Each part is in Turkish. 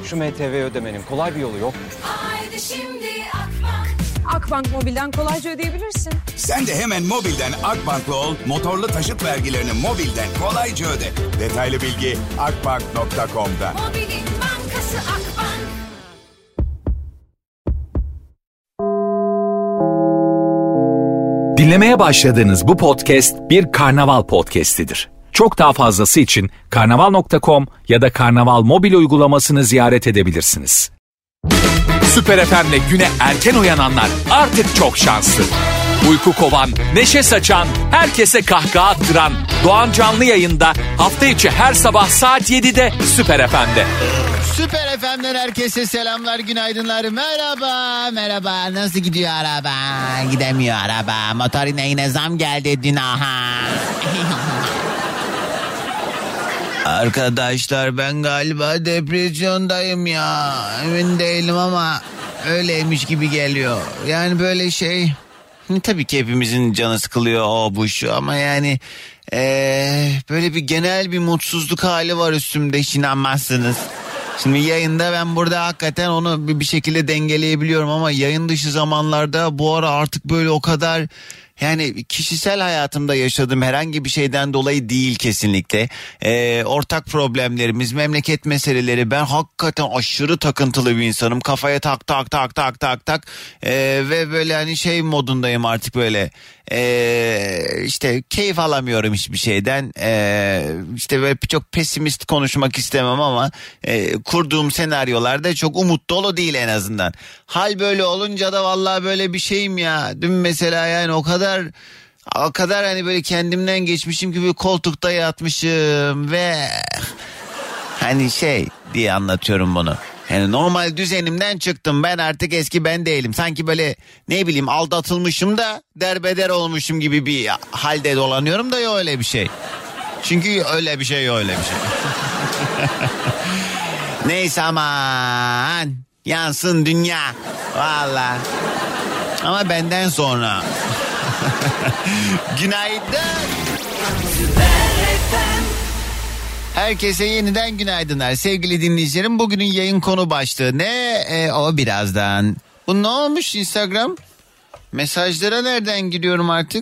Şu MTV ödemenin kolay bir yolu yok. Haydi şimdi Akbank. Akbank Mobil'den kolayca ödeyebilirsin. Sen de hemen mobilden Akbank'la ol, motorlu taşıt vergilerini mobilden kolayca öde. Detaylı bilgi akbank.com'da. Mobilin bankası Akbank. Dinlemeye başladığınız bu podcast bir Karnaval podcastidir. Çok daha fazlası için karnaval.com ya da Karnaval mobil uygulamasını ziyaret edebilirsiniz. Süper FM'le güne erken uyananlar artık çok şanslı. Uyku kovan, neşe saçan, herkese kahkaha attıran Doğan Canlı yayında hafta içi her sabah saat 7'de Süper FM'de. Süper FM'den herkese selamlar, günaydınlar, merhaba, nasıl gidiyor araba? Gidemiyor araba, motorine yine zam geldi dün aha. Arkadaşlar ben galiba depresyondayım ya, emin değilim ama öyleymiş gibi geliyor. Yani böyle şey, tabii ki hepimizin canı sıkılıyor o bu şu ama yani böyle bir genel bir mutsuzluk hali var üstümde, hiç inanmazsınız. Şimdi yayında ben burada hakikaten onu bir şekilde dengeleyebiliyorum ama yayın dışı zamanlarda bu ara artık böyle o kadar, yani kişisel hayatımda yaşadığım herhangi bir şeyden dolayı değil kesinlikle. Ortak problemlerimiz, memleket meseleleri, ben hakikaten aşırı takıntılı bir insanım. Kafaya tak ve böyle hani şey modundayım artık böyle. İşte keyif alamıyorum hiçbir şeyden. İşte böyle çok pesimist konuşmak istemem ama kurduğum senaryolarda çok umut dolu değil en azından. Hal böyle olunca da vallahi böyle bir şeyim ya. Dün mesela yani o kadar hani böyle kendimden geçmişim gibi koltukta yatmışım ve hani şey diye anlatıyorum bunu. Yani normal düzenimden çıktım, ben artık eski ben değilim. Sanki böyle ne bileyim aldatılmışım da derbeder olmuşum gibi bir halde dolanıyorum da yok öyle bir şey. Çünkü öyle bir şey yok. Neyse aman yansın dünya vallahi. Ama benden sonra. Günaydın. Herkese yeniden günaydınlar sevgili dinleyicilerim. Bugünün yayın konu başlığı ne? O birazdan. Bu ne olmuş Instagram? Mesajlara nereden giriyorum artık?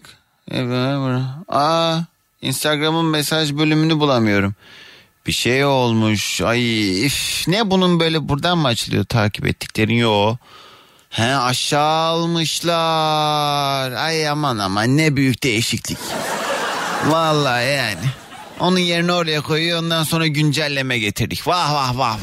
Instagram'ın mesaj bölümünü bulamıyorum. Bir şey olmuş. Ay ne bunun böyle buradan mı açılıyor takip ettiklerin? Yok. Aşağı almışlar. Ay aman ne büyük değişiklik. Vallahi yani. Onun yerine oraya koyuyor, ondan sonra güncelleme getirdik. Vah.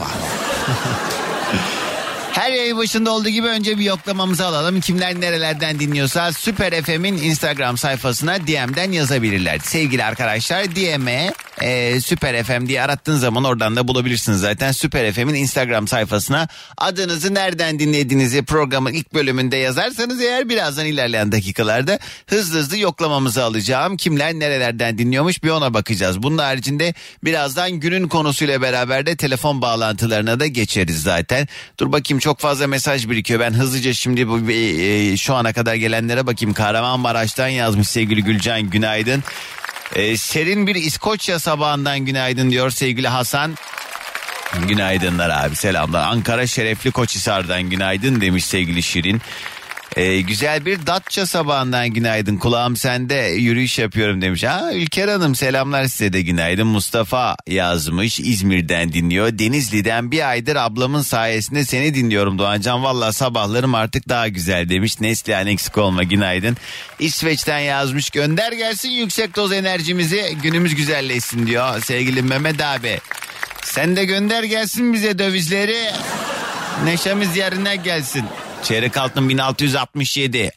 Her yayın başında olduğu gibi önce bir yoklamamızı alalım. Kimler nerelerden dinliyorsa Süper FM'in Instagram sayfasına DM'den yazabilirler. Sevgili arkadaşlar, DM'e Süper FM diye arattığın zaman oradan da bulabilirsiniz zaten. Süper FM'in Instagram sayfasına adınızı, nereden dinlediğinizi programın ilk bölümünde yazarsanız eğer birazdan ilerleyen dakikalarda hızlı yoklamamızı alacağım. Kimler nerelerden dinliyormuş bir ona bakacağız. Bunun haricinde birazdan günün konusuyla beraber de telefon bağlantılarına da geçeriz zaten. Dur bakayım, çok fazla mesaj birikiyor. Ben hızlıca şimdi şu ana kadar gelenlere bakayım. Kahramanmaraş'tan yazmış sevgili Gülcan, günaydın. Serin bir İskoçya sabahından günaydın diyor sevgili Hasan. Günaydınlar abi, selamlar. Ankara Şerefli Koçhisar'dan günaydın demiş sevgili Şirin. Güzel bir Datça sabahından günaydın, kulağım sende, yürüyüş yapıyorum demiş. Ülker Hanım selamlar size de günaydın. Mustafa yazmış, İzmir'den dinliyor. Denizli'den bir aydır ablamın sayesinde seni dinliyorum Doğancan, valla sabahlarım artık daha güzel demiş. Neslihan eksik olma günaydın. İsveç'ten yazmış, gönder gelsin yüksek doz enerjimizi, günümüz güzelleşsin diyor sevgili Mehmet abi. Sen de gönder gelsin bize dövizleri, neşemiz yerine gelsin. Çeyrek altın 1667.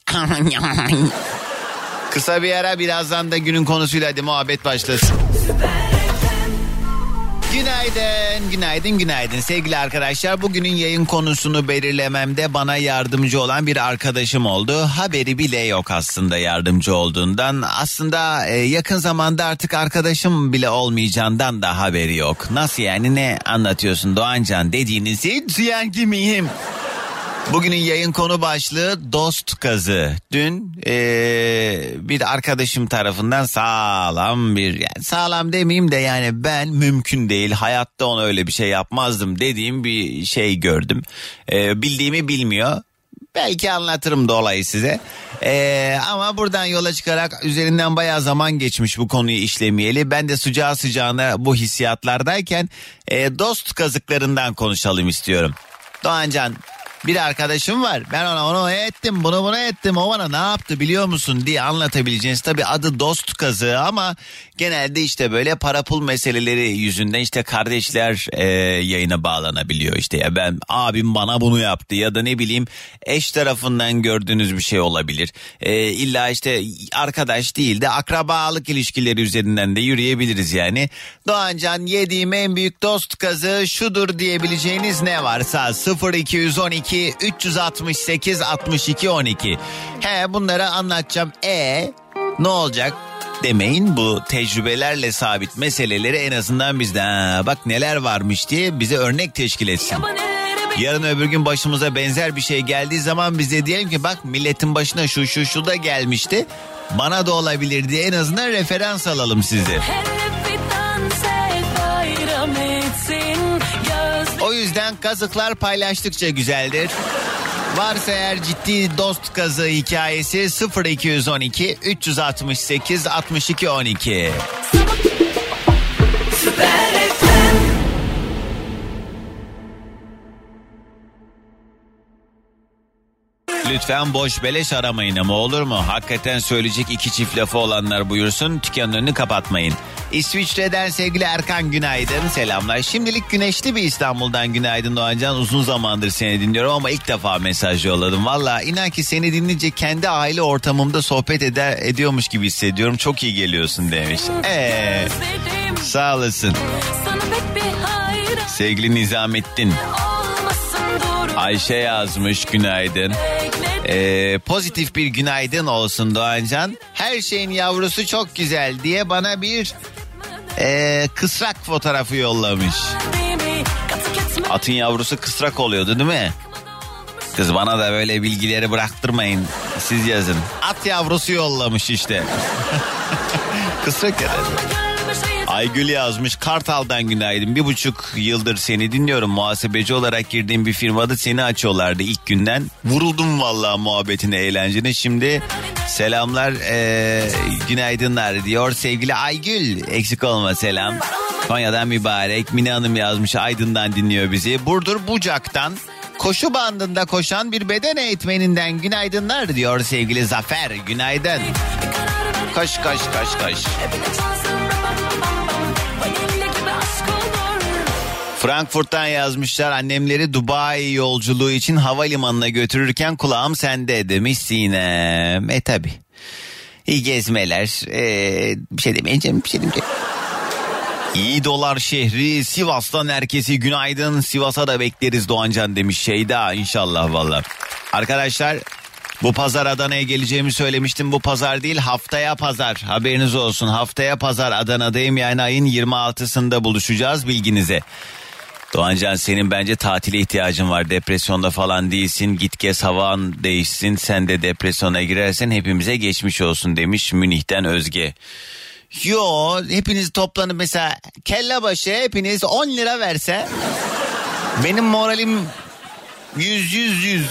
Kısa bir ara, birazdan da günün konusuyla hadi muhabbet başlasın. Günaydın sevgili arkadaşlar. Bugünün yayın konusunu belirlememde bana yardımcı olan bir arkadaşım oldu. Haberi bile yok aslında yardımcı olduğundan. Aslında yakın zamanda artık arkadaşım bile olmayacağından da haberi yok. Nasıl yani, ne anlatıyorsun Doğancan dediğinizi duyan gibiyim. Bugünün yayın konu başlığı dost kazı. Dün bir arkadaşım tarafından sağlam demeyeyim de yani ben mümkün değil hayatta ona öyle bir şey yapmazdım dediğim bir şey gördüm. Bildiğimi bilmiyor. Belki anlatırım da olayı size. Ama buradan yola çıkarak üzerinden bayağı zaman geçmiş bu konuyu işlemeyeli. Ben de sıcağı sıcağına bu hissiyatlardayken dost kazıklarından konuşalım istiyorum. Doğancan, bir arkadaşım var. Ben onu ettim, bunu ettim. O bana ne yaptı biliyor musun diye anlatabileceğiniz. Tabii adı dost kazığı ama genelde işte böyle para pul meseleleri yüzünden işte kardeşler yayına bağlanabiliyor. İşte ya ben abim bana bunu yaptı ya da ne bileyim eş tarafından gördüğünüz bir şey olabilir. İlla işte arkadaş değil de akrabalık ilişkileri üzerinden de yürüyebiliriz yani. Doğancan, yediğim en büyük dost kazığı şudur diyebileceğiniz ne varsa 0212 368 62 12. Bunları anlatacağım. Ne olacak demeyin, bu tecrübelerle sabit meseleleri en azından bizden bak neler varmış diye bize örnek teşkil etsin. Yarın öbür gün başımıza benzer bir şey geldiği zaman biz de diyelim ki bak milletin başına şu da gelmişti. Bana da olabilir diye en azından referans alalım sizi. O yüzden kazıklar paylaştıkça güzeldir. Varsa eğer ciddi dost kazığı hikayesi 0212 368 62 12. Lütfen boş beleş aramayın ama olur mu? Hakikaten söyleyecek iki çift lafı olanlar buyursun, dükkanın önünü kapatmayın. İsviçre'den sevgili Erkan günaydın, selamlar. Şimdilik güneşli bir İstanbul'dan günaydın Doğancan. Uzun zamandır seni dinliyorum ama ilk defa mesaj yolladım. Valla inan ki seni dinleyince kendi aile ortamımda sohbet ediyormuş gibi hissediyorum. Çok iyi geliyorsun demiş. Sağ olasın. Sevgili Nizamettin. Ayşe yazmış günaydın. Pozitif bir günaydın olsun Doğancan. Her şeyin yavrusu çok güzel diye bana bir kısrak fotoğrafı yollamış. Atın yavrusu kısrak oluyordu değil mi? Kız bana da böyle bilgileri bıraktırmayın. Siz yazın. At yavrusu yollamış işte. Kısrak herhalde. Aygül yazmış, Kartal'dan günaydın. 1,5 yıldır seni dinliyorum. Muhasebeci olarak girdiğim bir firmada seni açıyorlardı ilk günden. Vuruldum vallahi muhabbetine, eğlencene. Şimdi selamlar, günaydınlar diyor sevgili Aygül. Eksik olma, selam. Konya'dan mübarek. Mine Hanım yazmış, Aydın'dan dinliyor bizi. Burdur Bucak'tan koşu bandında koşan bir beden eğitmeninden günaydınlar diyor sevgili Zafer. Günaydın. Koş. Frankfurt'tan yazmışlar, annemleri Dubai yolculuğu için havalimanına götürürken kulağım sende demiş Sinem. Tabi. İyi gezmeler. Bir şey demeyeceğim. İyi dolar şehri Sivas'tan herkese günaydın. Sivas'a da bekleriz Doğancan demiş Şeyda, inşallah valla. Arkadaşlar, bu pazar Adana'ya geleceğimi söylemiştim. Bu pazar değil, haftaya pazar. Haberiniz olsun. Haftaya pazar Adana'dayım. Yani ayın 26'sında buluşacağız, bilginize. Doğancan, senin bence tatile ihtiyacın var. Depresyonda falan değilsin. Git gez, havan değişsin. Sen de depresyona girersen hepimize geçmiş olsun demiş Münih'ten Özge. Yo, hepiniz toplanıp mesela kelle başı hepiniz 10 lira verse benim moralim 100.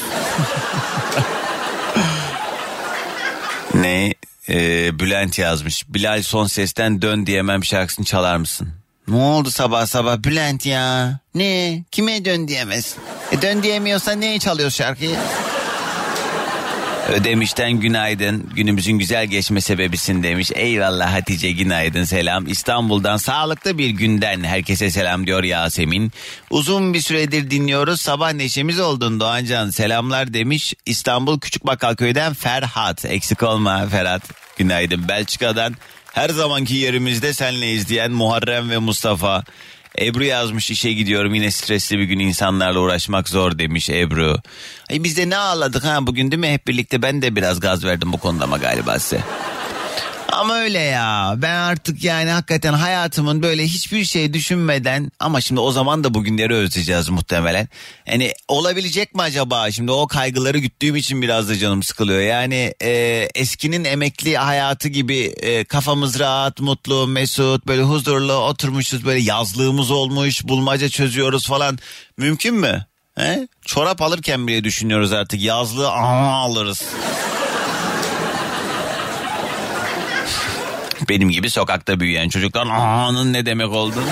Ne? Bülent yazmış. Bilal Son Ses'ten Dön Diyemem şarkısını çalar mısın? Ne oldu sabah Bülent ya? Ne? Kime dön diyemez? Dön diyemiyorsan niye çalıyorsun şarkıyı? Ödemiş'ten günaydın. Günümüzün güzel geçme sebebisin demiş. Eyvallah Hatice, günaydın, selam. İstanbul'dan sağlıklı bir günden herkese selam diyor Yasemin. Uzun bir süredir dinliyoruz. Sabah neşemiz oldun Doğancan. Selamlar demiş. İstanbul Küçükbakkalköy'den Ferhat. Eksik olma Ferhat. Günaydın. Belçika'dan her zamanki yerimizde senle izleyen Muharrem ve Mustafa. Ebru yazmış, işe gidiyorum, yine stresli bir gün, insanlarla uğraşmak zor demiş Ebru. Biz de ne ağladık bugün değil mi hep birlikte, ben de biraz gaz verdim bu konuda ama galiba size. Ama öyle ya, ben artık yani hakikaten hayatımın böyle hiçbir şey düşünmeden, ama şimdi o zaman da bugünleri özleyeceğiz muhtemelen. Yani olabilecek mi acaba, şimdi o kaygıları güttüğüm için biraz da canım sıkılıyor. Yani eskinin emekli hayatı gibi kafamız rahat, mutlu, mesut, böyle huzurlu oturmuşuz, böyle yazlığımız olmuş, bulmaca çözüyoruz falan, mümkün mü? He? Çorap alırken bile düşünüyoruz artık, yazlığı alırız. Benim gibi sokakta büyüyen çocuklar ağanın ne demek olduğunu.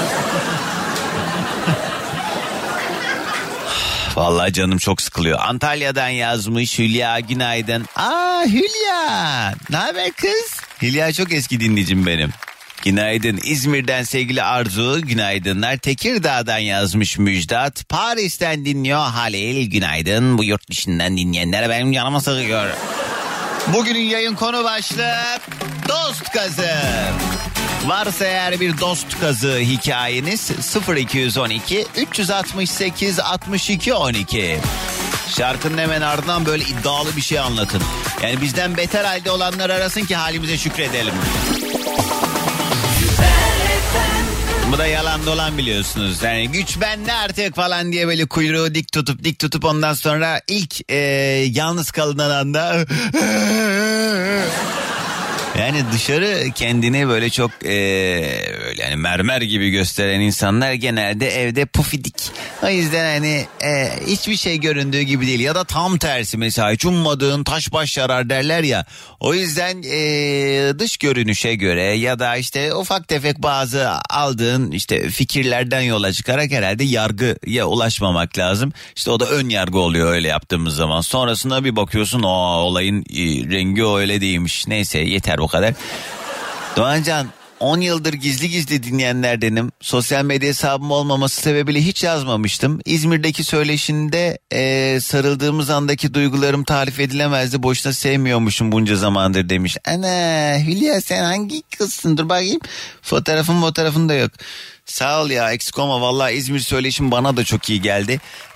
Vallahi canım çok sıkılıyor. Antalya'dan yazmış Hülya, günaydın. Hülya, ne haber kız? Hülya çok eski dinleyicim benim. Günaydın. İzmir'den sevgili Arzu, günaydınlar. Tekirdağ'dan yazmış Müjdat. Paris'ten dinliyor Halil, günaydın. Bu yurt dışından dinleyenlere benim canıma sıkıyor. Bugünün yayın konu başlığı dost kazı. Varsa eğer bir dost kazı hikayeniz 0212 368 62 12. Şarkının hemen ardından böyle iddialı bir şey anlatın. Yani bizden beter halde olanlar arasın ki halimize şükredelim. Bu da yalan dolan biliyorsunuz. Yani güç bende artık falan diye böyle kuyruğu dik tutup ondan sonra ilk yalnız kalınan anda yani dışarı kendini böyle çok böyle yani mermer gibi gösteren insanlar genelde evde pufidik. O yüzden hani hiçbir şey göründüğü gibi değil, ya da tam tersi, mesela hiç ummadığın taş baş yarar derler ya. O yüzden dış görünüşe göre ya da işte ufak tefek bazı aldığın işte fikirlerden yola çıkarak herhalde yargıya ulaşmamak lazım. İşte o da ön yargı oluyor öyle yaptığımız zaman. Sonrasında bir bakıyorsun olayın rengi öyle değilmiş. Neyse, yeter o kadar. Doğancan, 10 yıldır gizli dinleyenlerdenim. Sosyal medya hesabım olmaması sebebiyle hiç yazmamıştım. İzmir'deki söyleşinde sarıldığımız andaki duygularım tarif edilemezdi. Boşuna sevmiyormuşum bunca zamandır demiş. Ana Hülya, sen hangi kızsın? Dur bakayım. Fotoğrafın da yok. Sağ ol ya, eksik olma. Vallahi İzmir söyleşim bana da çok iyi geldi.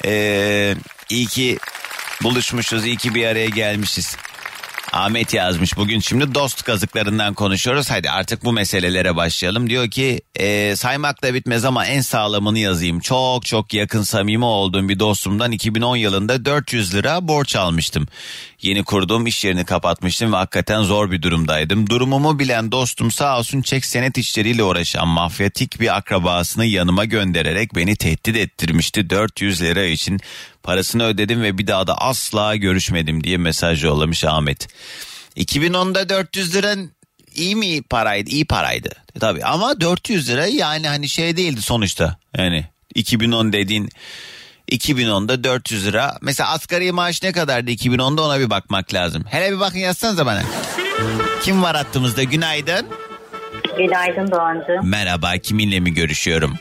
İyi ki buluşmuşuz, iyi ki bir araya gelmişiz. Ahmet yazmış, bugün şimdi dost kazıklarından konuşuyoruz. Hadi artık bu meselelere başlayalım. Diyor ki saymakla bitmez ama en sağlamını yazayım. Çok yakın samimi olduğum bir dostumdan 2010 yılında 400 lira borç almıştım. Yeni kurduğum iş yerini kapatmıştım ve hakikaten zor bir durumdaydım. Durumumu bilen dostum sağ olsun çek senet işleriyle uğraşan mafyatik bir akrabasını yanıma göndererek beni tehdit ettirmişti. 400 lira için parasını ödedim ve bir daha da asla görüşmedim diye mesaj yollamış Ahmet. 2010'da 400 lira iyi mi paraydı? İyi paraydı. Tabii ama 400 lira yani hani şey değildi sonuçta. Yani 2010 dediğin 2010'da 400 lira. Mesela asgari maaş ne kadardı 2010'da, ona bir bakmak lazım. Hele bir bakın, yazsanıza bana. Kim var hattımızda? Günaydın. Günaydın Doğancığım. Merhaba, kiminle mi görüşüyorum?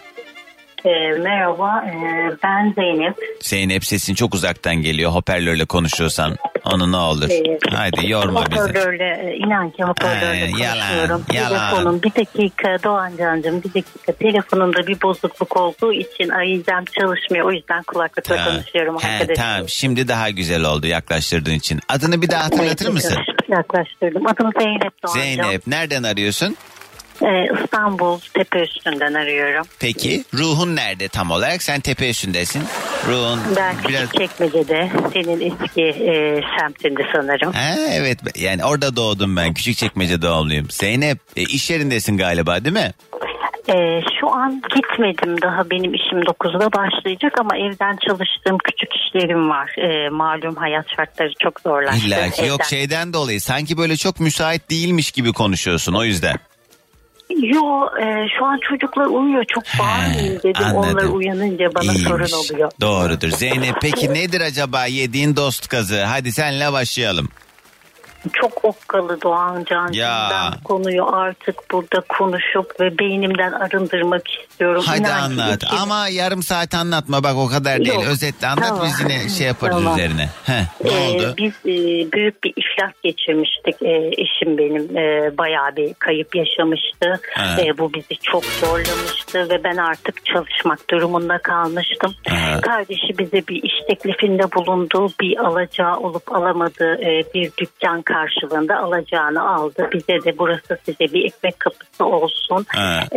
Merhaba, ben Zeynep. Zeynep, sesin çok uzaktan geliyor. Hoparlörle konuşuyorsan onu ne olur. Haydi yorma bizi. Hoparlörle, inan ki hoparlörle konuşuyorum. Yalan. Telefonum bir dakika Doğancan'cığım, bir dakika. Telefonumda bir bozukluk olduğu için arayacağım, çalışmıyor. O yüzden kulaklıkla konuşuyorum. Tamam, şimdi daha güzel oldu yaklaştırdığın için. Adını bir daha hatırlatır mısın? Yaklaştırdım. Adım Zeynep Doğancan. Zeynep, nereden arıyorsun? İstanbul Tepeüstü'nden arıyorum. Peki ruhun nerede tam olarak? Sen Tepeüstü'ndesin. Ruhun ben biraz... Küçükçekmece'de, senin eski semtinde sanırım. Evet, yani orada doğdum ben. Küçükçekmece doğumluyum. Zeynep, iş yerindesin galiba değil mi? Şu an gitmedim daha, benim işim 9'da başlayacak ama evden çalıştığım küçük işlerim var. Malum hayat şartları çok zorlaştı. İlla ki yok, şeyden dolayı sanki böyle çok müsait değilmiş gibi konuşuyorsun, o yüzden. Yo, şu an çocuklar uyuyor, çok bağırmayayım dedim. Anladım. Onlar uyanınca bana sorun oluyor. Doğrudur Zeynep. Peki nedir acaba yediğin dost kazığı? Hadi senle başlayalım. Çok okkalı Doğancan. Ben konuyu artık burada konuşup ve beynimden arındırmak istiyorum. Hadi anlat ama yarım saat anlatma, bak o kadar değil. Yok. Özetle anlat, Tamam. biz yine şey yaparız Tamam. üzerine. Ne oldu? Biz büyük bir iflas geçirmiştik. Eşim benim bayağı bir kayıp yaşamıştı. Bu bizi çok zorlamıştı ve ben artık çalışmak durumunda kalmıştım. Kardeşi bize bir iş teklifinde bulunduğu bir alacağı olup alamadığı bir dükkan karşılığında alacağını aldı. Bize de burası size bir ekmek kapısı olsun.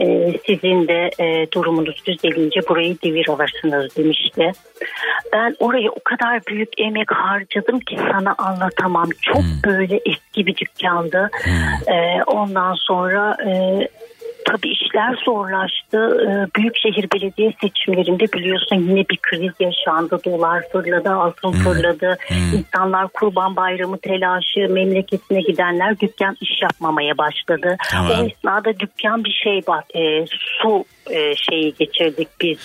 Sizin de durumunuz düzelince burayı devir alırsınız demişti. Ben oraya o kadar büyük emek harcadım ki sana anlatamam. Çok böyle eski bir dükkandı. Ondan sonra tabii işler zorlaştı. Büyükşehir Belediye seçimlerinde biliyorsun yine bir kriz yaşandı. Dolar fırladı, altın fırladı. İnsanlar Kurban Bayramı telaşı, memleketine gidenler dükkan iş yapmamaya başladı. Tamam. O esnada dükkan bir şey bak, su şeyi geçirdik biz.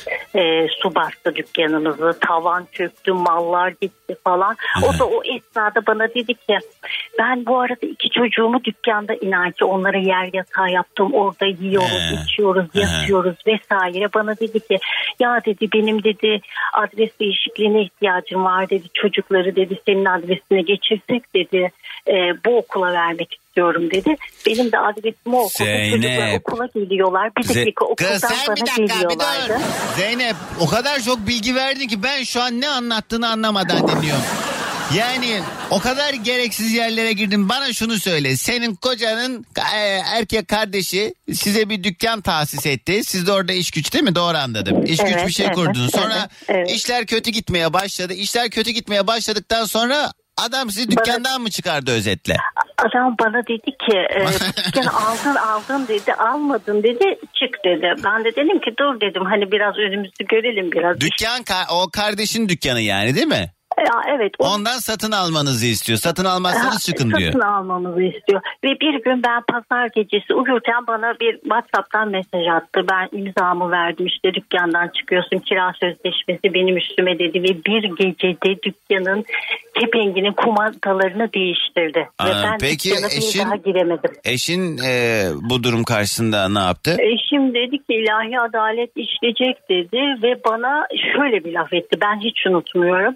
Su bastı dükkanımızı, tavan çöktü, mallar gitti falan. O da o esnada bana dedi ki ben bu arada 2 çocuğumu dükkanda inan ki onlara yer yatağı yaptım. Orada yiyoruz, içiyoruz, yatıyoruz vesaire. Bana dedi ki ya dedi benim dedi adres değişikliğine ihtiyacım var dedi. Çocukları dedi senin adresine geçirsek dedi bu okula vermek istiyorum dedi. Benim de adresim o okul. Çocuklar okula geliyorlar. Bir dakika okuldan bana geliyorlardı. Zeynep o kadar çok bilgi verdin ki ben şu an ne anlattığını anlamadan dinliyorum. Yani o kadar gereksiz yerlere girdim. Bana şunu söyle. Senin kocanın erkek kardeşi size bir dükkan tahsis etti. Siz de orada iş güç değil mi? Doğru anladım. İş güç bir şey kurdunuz. Sonra işler kötü gitmeye başladı. İşler kötü gitmeye başladıktan sonra adam sizi dükkandan mı çıkardı özetle? Adam bana dedi ki dükkanı aldın dedi, almadın dedi, çık dedi. Ben de dedim ki dur dedim hani biraz önümüzü görelim biraz. Dükkan o kardeşin dükkanı yani değil mi? Ya evet. Ondan satın almanızı istiyor. Satın almazsanız çıkın diyor. Satın almamızı istiyor. Ve bir gün ben pazar gecesi uyurken bana bir WhatsApp'tan mesaj attı. Ben imzamı verdim işte dükkandan çıkıyorsun kira sözleşmesi benim üstüme dedi. Ve bir gecede dükkanın kepenginin kumandalarını değiştirdi. Ve ben peki dükkana bir daha giremedim. Eşin bu durum karşısında ne yaptı? Eşim dedi ki ilahi adalet işleyecek dedi. Ve bana şöyle bir laf etti. Ben hiç unutmuyorum.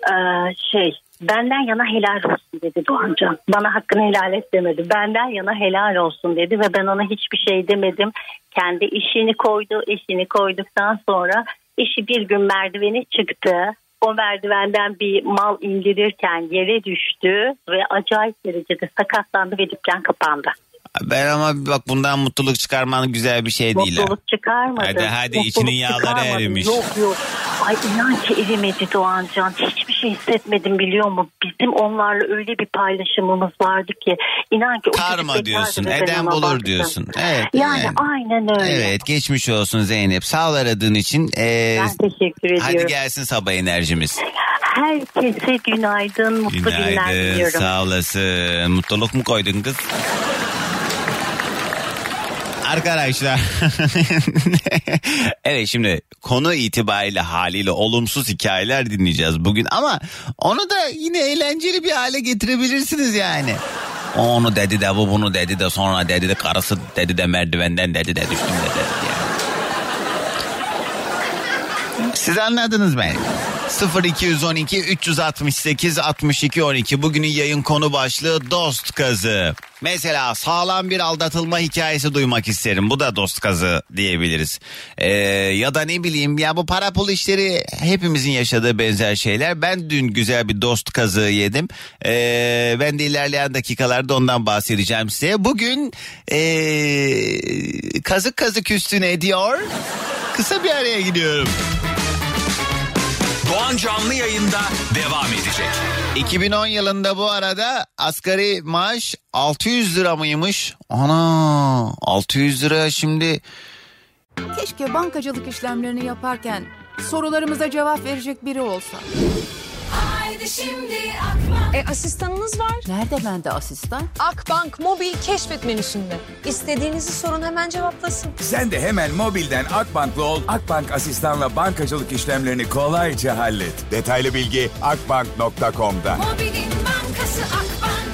Benden yana helal olsun dedi Doğancan. Bana hakkını helal et demedi. Benden yana helal olsun dedi ve ben ona hiçbir şey demedim. Kendi işini koydu. Eşini koyduktan sonra eşi bir gün merdivene çıktı. O merdivenden bir mal indirirken yere düştü ve acayip derecede sakatlandı ve dükkan kapandı. Ben ama bak bundan mutluluk çıkarman güzel bir şey değil. Mutluluk çıkarmadı. Hadi içinin yağları erimiş. Yok. Ay inan ki erimedi Doğancan. Hiçbir şey hissetmedim biliyor musun? Bizim onlarla öyle bir paylaşımımız vardı ki. İnan ki. Karma diyorsun. Eden bulur diyorsun. Evet. Yani aynen öyle. Evet geçmiş olsun Zeynep. Sağ ol aradığın için. Ben teşekkür ediyorum. Hadi gelsin sabah enerjimiz. Herkese günaydın. Mutlu günler diliyorum. Sağ olasın. Mutluluk mu koydun kız? Arkadaşlar evet şimdi konu itibariyle haliyle olumsuz hikayeler dinleyeceğiz bugün ama onu da yine eğlenceli bir hale getirebilirsiniz yani. Onu dedi de bu bunu dedi de sonra dedi de karısı dedi de merdivenden dedi de düştüm dedi. Yani. Siz anladınız beni. 0212 368 62 12 bugünün yayın konu başlığı dost kazı. Mesela sağlam bir aldatılma hikayesi duymak isterim. Bu da dost kazı diyebiliriz. Ya da ne bileyim ya bu para pul işleri hepimizin yaşadığı benzer şeyler. Ben dün güzel bir dost kazı yedim. Ben de ilerleyen dakikalarda ondan bahsedeceğim size. Bugün kazık kazık üstüne ediyor. Kısa bir araya gidiyorum. Doğan canlı yayında devam edecek. 2010 yılında bu arada asgari maaş 600 lira mıymış? Ana 600 lira şimdi. Keşke bankacılık işlemlerini yaparken sorularımıza cevap verecek biri olsa. Haydi şimdi Akbank. Asistanınız var. Nerede bende asistan? Akbank mobil keşfet menüsünde. İstediğinizi sorun hemen cevaplasın. Sen de hemen mobilden Akbank'lı ol. Akbank asistanla bankacılık işlemlerini kolayca hallet. Detaylı bilgi akbank.com'da. Mobilin bankası Akbank.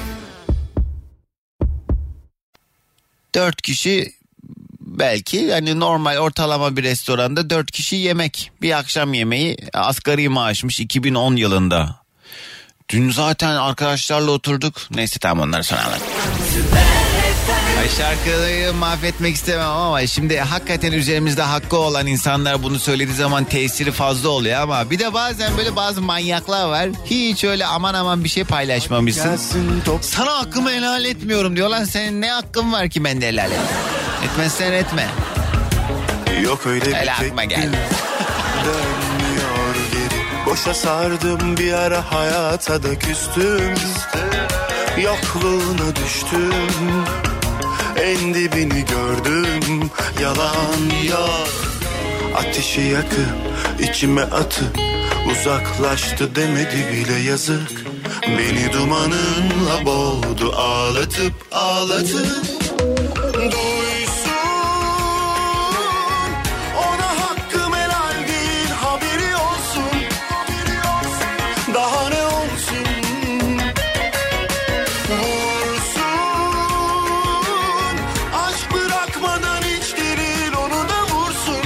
4 kişi belki hani normal ortalama bir restoranda 4 kişi yemek. Bir akşam yemeği asgari maaşmış 2010 yılında. Dün zaten arkadaşlarla oturduk. Neyse tamam onları sonra anlatayım. Ay şarkıyı mahvetmek istemem ama şimdi hakikaten üzerimizde hakkı olan insanlar bunu söylediği zaman tesiri fazla oluyor ama bir de bazen böyle bazı manyaklar var. Hiç öyle aman bir şey paylaşmamışsın. Sana hakkımı helal etmiyorum diyor. Lan senin ne hakkın var ki ben de helal et. Etmezsen etme. Yok öyle Öyle bir aklıma geldi. Dönmüyor geri. Boşa sardım bir ara, hayata da küstüm. Yokluğuna düştüm. En dibini gördüm. Yalan yok. Ateşi yakıp içime atıp uzaklaştı demedi bile yazık. Beni dumanınla boğdu, ağlatıp duysun. Ona hakkım helal değil, haberi olsun. Daha ne olsun? Vursun. Aşk bırakmadan hiç değil, onu da vursun.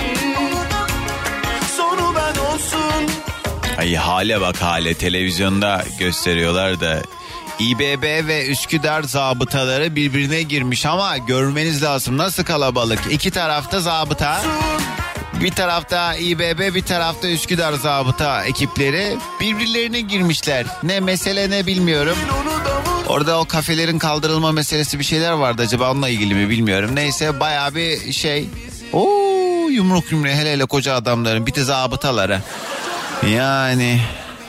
Sonu ben olsun. Ay hale bak hale, televizyonda gösteriyorlar da İBB ve Üsküdar zabıtaları birbirine girmiş ama görmeniz lazım nasıl kalabalık. İki tarafta zabıta, bir tarafta İBB, bir tarafta Üsküdar zabıta ekipleri birbirlerine girmişler. Ne mesele ne bilmiyorum. Orada o kafelerin kaldırılma meselesi bir şeyler vardı, acaba onunla ilgili mi bilmiyorum. Neyse bayağı bir şey. Yumruk hele koca adamların bir de zabıtalara. Yani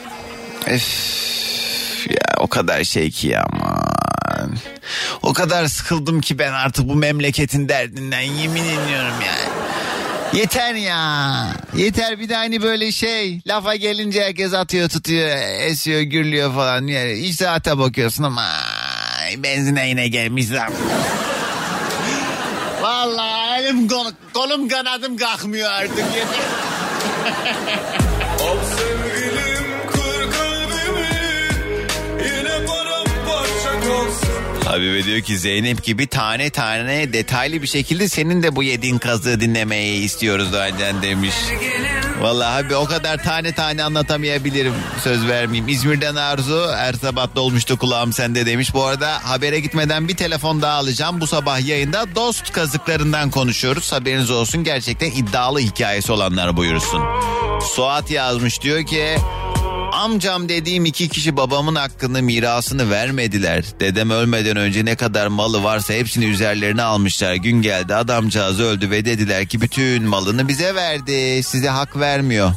ya o kadar şey ki ya, aman. O kadar sıkıldım ki ben artık bu memleketin derdinden, yemin ediyorum yani. Yeter ya. Yeter, bir de hani böyle şey lafa gelince herkes atıyor tutuyor esiyor gürlüyor falan. Yani hiç saate bakıyorsun ama benzine yine gelmiş zam. Vallahi elim kolum kanadım kalkmıyor artık. Al sevgilim kır kalbimi, yine paramparça kalsın. Habibe diyor ki Zeynep gibi tane tane detaylı bir şekilde senin de bu yediğin kazığı dinlemeyi istiyoruz önceden demiş. Vallahi abi o kadar tane tane anlatamayabilirim, söz vermeyeyim. İzmir'den Arzu, her sabah dolmuştu kulağım sende demiş. Bu arada habere gitmeden bir telefon daha alacağım. Bu sabah yayında dost kazıklarından konuşuyoruz, haberiniz olsun. Gerçekten iddialı hikayesi olanlar buyursun. Suat yazmış, diyor ki amcam dediğim 2 kişi babamın hakkını, mirasını vermediler. Dedem ölmeden önce ne kadar malı varsa hepsini üzerlerine almışlar. Gün geldi adamcağız öldü ve dediler ki bütün malını bize verdi, size hak vermiyor.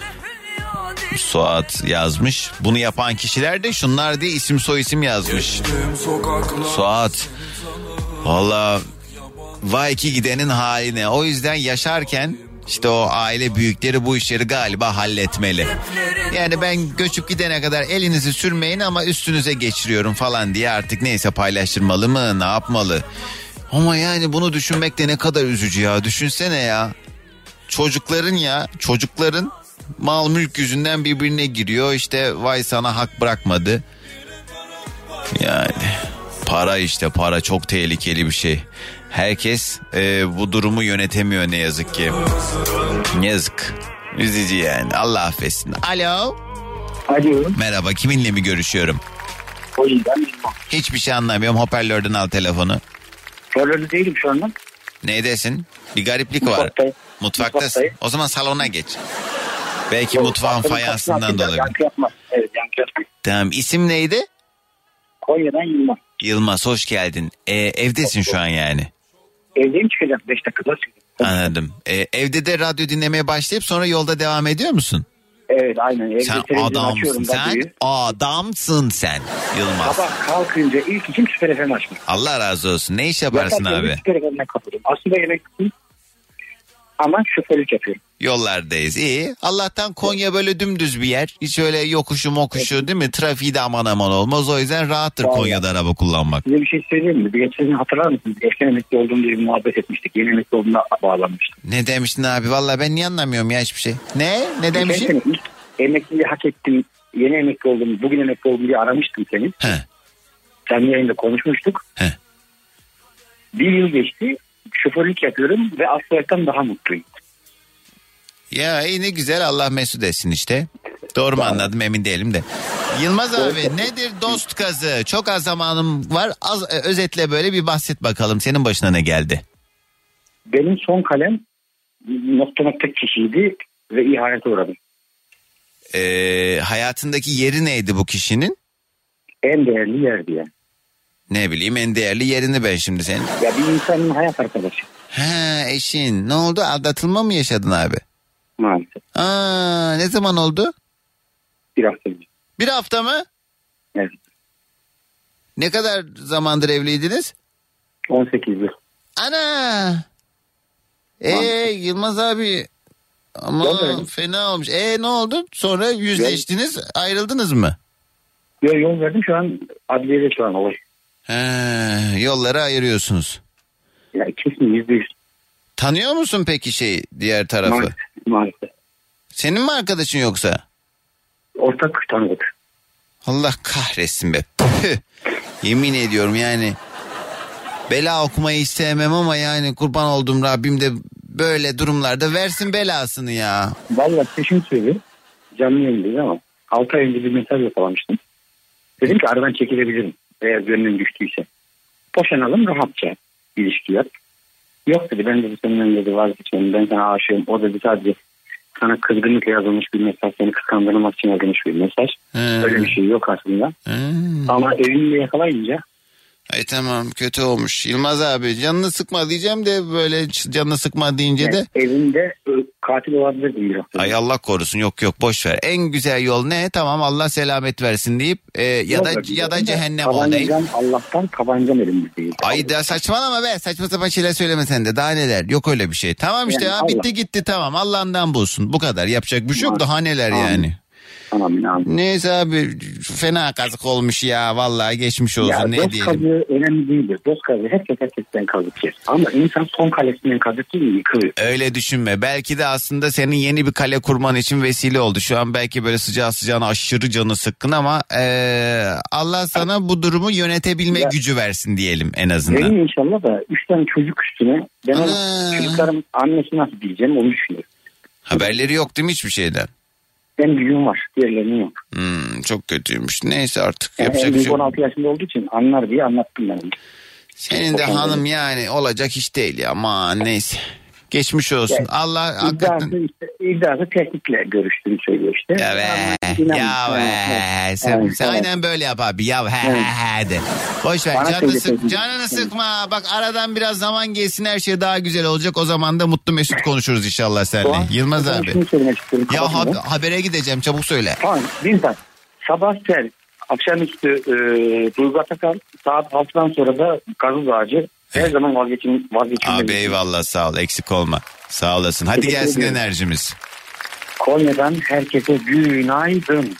Suat yazmış. Bunu yapan kişiler de şunlar diye isim soyisim yazmış. Suat, valla vay ki gidenin haline. O yüzden yaşarken İşte o aile büyükleri bu işleri galiba halletmeli. Yani ben göçüp gidene kadar elinizi sürmeyin ama üstünüze geçiriyorum falan diye artık neyse paylaştırmalı mı, ne yapmalı? Ama yani bunu düşünmek de ne kadar üzücü ya. Düşünsene ya. Çocukların mal mülk yüzünden birbirine giriyor. İşte vay sana hak bırakmadı. Yani para çok tehlikeli bir şey. Herkes bu durumu yönetemiyor ne yazık ki. Yazık. Üzücü yani. Allah affetsin. Alo. Merhaba, kiminle mi görüşüyorum? Hiçbir şey anlamıyorum. Hoparlörden al telefonu. Hoparlörde değilim şu anda. Neydesin? Bir gariplik var. Mutfaktasın. O zaman salona geç. Belki mutfağın fayansından dolayı. Yankı yapmaz. Evet, yankı yapmaz. Tamam, isim neydi? Konya'dan Yılmaz. Yılmaz, hoş geldin. Evdesin şu an yani. Evdeyim, çıkacağım 5 dakikada çıkacağım. Anladım. Evde de radyo dinlemeye başlayıp sonra yolda devam ediyor musun? Evet, aynen. Evde sen adamsın sen Yılmaz. Sabah kalkınca ilk işim Süper FM açmak. Allah razı olsun. Ne iş yaparsın abi? Süper FM'e katılıyorum. Aslında yemekliyim ama şoförlük yapıyorum. Yollardayız. İyi. Allah'tan Konya böyle dümdüz bir yer. Hiç öyle yokuşu değil mi? Trafiği de aman olmaz. O yüzden rahattır Konya'da araba kullanmak. Size bir şey söyleyeyim mi? Bir geçen hatırlar mısınız? Erken emekli olduğum diye bir muhabbet etmiştik. Yeni emekli olduğumda bağlanmıştım. Ne demiştin abi? Vallahi ben niye anlamıyorum ya hiçbir şey. Ne demiştin? İlk emekliliği hak ettim. Yeni emekli oldum. Bugün emekli oldum diye aramıştım seni. Sen yayında konuşmuştuk. Bir yıl geçti. Şoförlük yapıyorum ve aslında daha mutluyum. Ya iyi, ne güzel, Allah mesut etsin işte. Doğru mu anladım emin değilim de. Yılmaz abi nedir dost kazığı? Çok az zamanım var. Özetle böyle bir bahset bakalım. Senin başına ne geldi? Benim son kalem nokta kişiydi ve ihanete uğradım. Hayatındaki yeri neydi bu kişinin? En değerli yerdi yani. Ne bileyim en değerli yerini ben şimdi senin. Ya bir insanın hayat arkadaşı. Ha eşin. Ne oldu? Aldatılma mı yaşadın abi? Maalesef. Ne zaman oldu? Bir hafta önce. Bir hafta mı? Evet. Ne kadar zamandır evliydiniz? 18 yıl. Ana! Yılmaz abi ama fena olmuş. Ne oldu? Sonra yüzleştiniz, ayrıldınız mı? Yol verdim şu an adliyede şu an olay. Yolları ayırıyorsunuz. Ya kesin %100. Tanıyor musun peki diğer tarafı? Maalesef. Senin mi arkadaşın yoksa? Ortak tanıdık. Allah kahretsin be. Yemin ediyorum yani. Bela okumayı istemem ama yani kurban olduğum Rabbim de böyle durumlarda versin belasını ya. Vallahi peşin söylüyor. Canlı yayındayız ama 6 ay önce bir mesaj yakalamıştım. Dedim ki aradan çekilebilirim eğer gönlüm düştüyse. Boşanalım rahatça ilişki yap. Yok dedi ben de senin dedi vazgeçelim ben sana aşığım. O dedi sadece sana kızgınlıkla yazılmış bir mesaj, seni kıskandırmak için yazılmış bir mesaj. Öyle bir şey yok aslında. Ama evinde yakalayınca. Ay tamam kötü olmuş. Yılmaz abi canını sıkma diyeceğim de böyle canını sıkma deyince de. Evinde katil olabilir diyor. Ay Allah korusun yok boş ver. En güzel yol ne? Tamam Allah selamet versin deyip ya da cehennem ol deyip. Allah'tan tabancam elimde değil. Ay da saçmalama be saçma sapan şeyler söyleme sen de daha neler yok öyle bir şey. Tamam işte yani bitti gitti tamam Allah'ından bulsun bu kadar yapacak bir şey yok daha neler yani. Amin. Neyse abi fena kazık olmuş ya vallahi geçmiş olsun ya, ne diyelim. Dost kazığı önemli değildir. Dost kazığı herkesten kazık yer. Ama insan son kalesinden kazık değil yıkılıyor. Öyle düşünme. Belki de aslında senin yeni bir kale kurman için vesile oldu. Şu an belki böyle sıcağına aşırı canı sıkkın ama Allah sana bu durumu yönetebilme gücü versin diyelim en azından. Benim inşallah da 3 tane çocuk üstüne ben çocukların annesi nasıl diyeceğim onu düşünüyorum. Haberleri yok değil mi hiçbir şeyden? En büyüğüm var. Diğerlerinin yok. Çok kötüymüş. Neyse artık. Yani yapacak bir şey 16 yaşında olduğu için anlar diye anlattım ben. Senin de hanım yani olacak iş değil ya. Aman neyse. Geçmiş olsun. Yani, Allah hakikaten. İddiası tehditler görüştüğünü söylüyor işte. Sen aynen böyle yap abi. De. Boş ver. Canını sıkma. Bak aradan biraz zaman geçsin her şey daha güzel olacak. O zaman da mutlu mesut konuşuruz inşallah seninle. Yılmaz abi. Ya habere gideceğim çabuk söyle. Tamam. Sabah akşamüstü Duygu Atakan saat 6'dan sonra da Gazoz Ağacı. Her zaman vazgeçilmez. Abi eyvallah sağ ol eksik olma. Sağ olasın. Hadi gelsin enerjimiz. Konya'dan herkese günaydın.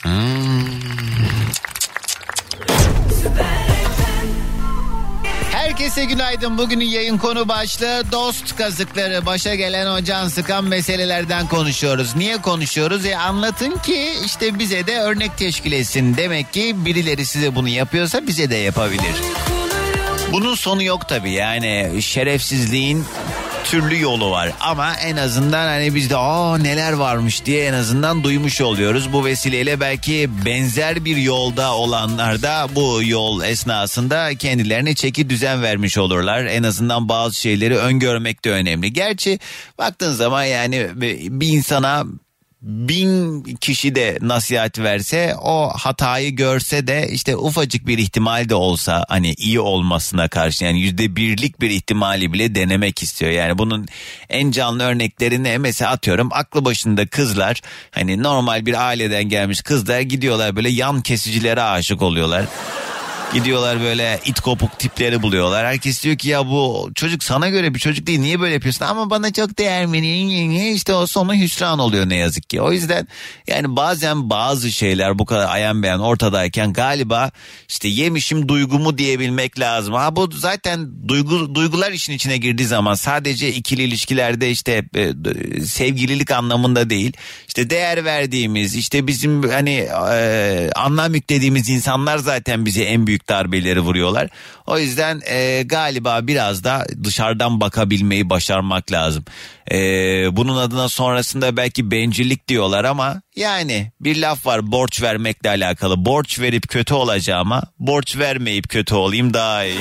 Herkese günaydın. Bugünün yayın konu başlığı dost kazıkları. Başa gelen o can sıkan meselelerden konuşuyoruz. Niye konuşuyoruz? Anlatın ki işte bize de örnek teşkil etsin. Demek ki birileri size bunu yapıyorsa bize de yapabilir. Bunun sonu yok tabii yani şerefsizliğin türlü yolu var ama en azından hani biz de neler varmış diye en azından duymuş oluyoruz. Bu vesileyle belki benzer bir yolda olanlar da bu yol esnasında kendilerine çeki düzen vermiş olurlar. En azından bazı şeyleri öngörmek de önemli. Gerçi baktığın zaman yani bir insana 1000 kişi de nasihat verse o hatayı görse de işte ufacık bir ihtimal de olsa hani iyi olmasına karşı yani %1'lik bir ihtimali bile denemek istiyor. Yani bunun en canlı örneklerini mesela atıyorum aklı başında kızlar hani normal bir aileden gelmiş kızlar gidiyorlar böyle yan kesicilere aşık oluyorlar. Gidiyorlar böyle it kopuk tipleri buluyorlar. Herkes diyor ki ya bu çocuk sana göre bir çocuk değil. Niye böyle yapıyorsun? Ama bana çok değerli. İşte o sonu hüsran oluyor ne yazık ki. O yüzden yani bazen bazı şeyler bu kadar ayan beyan ortadayken galiba işte yemişim duygumu diyebilmek lazım. Bu zaten duygular işin içine girdiği zaman sadece ikili ilişkilerde işte sevgililik anlamında değil. İşte değer verdiğimiz işte bizim hani anlam yüklediğimiz insanlar zaten bize en büyük büyük darbeleri vuruyorlar. O yüzden galiba biraz da dışarıdan bakabilmeyi başarmak lazım. Bunun adına sonrasında belki bencillik diyorlar ama yani bir laf var borç vermekle alakalı. Borç verip kötü olacağıma borç vermeyip kötü olayım daha iyi.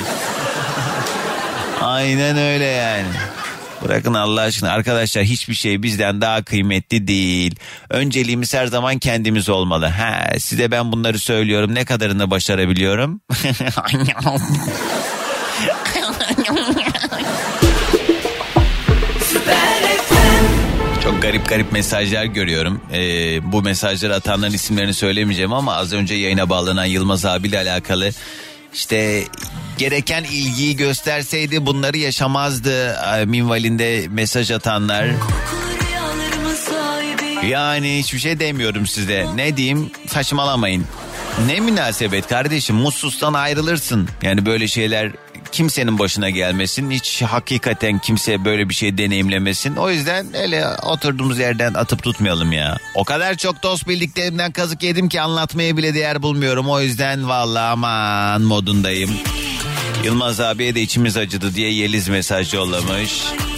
Aynen öyle yani. Bırakın Allah aşkına arkadaşlar, hiçbir şey bizden daha kıymetli değil. Önceliğimiz her zaman kendimiz olmalı. Size ben bunları söylüyorum, ne kadarını başarabiliyorum? Çok garip mesajlar görüyorum. Bu mesajları atanların isimlerini söylemeyeceğim ama az önce yayına bağlanan Yılmaz abiyle alakalı işte gereken ilgiyi gösterseydi bunları yaşamazdı minvalinde mesaj atanlar. Yani hiçbir şey demiyorum size. Ne diyeyim, saçmalamayın. Ne münasebet kardeşim, mutsuzsan ayrılırsın. Yani böyle şeyler kimsenin başına gelmesin. Hiç hakikaten kimse böyle bir şey deneyimlemesin. O yüzden öyle oturduğumuz yerden atıp tutmayalım ya. O kadar çok dost bildiklerimden kazık yedim ki anlatmaya bile değer bulmuyorum. O yüzden vallahi aman modundayım. Yılmaz abiye de içimiz acıdı diye Yeliz mesaj yollamış.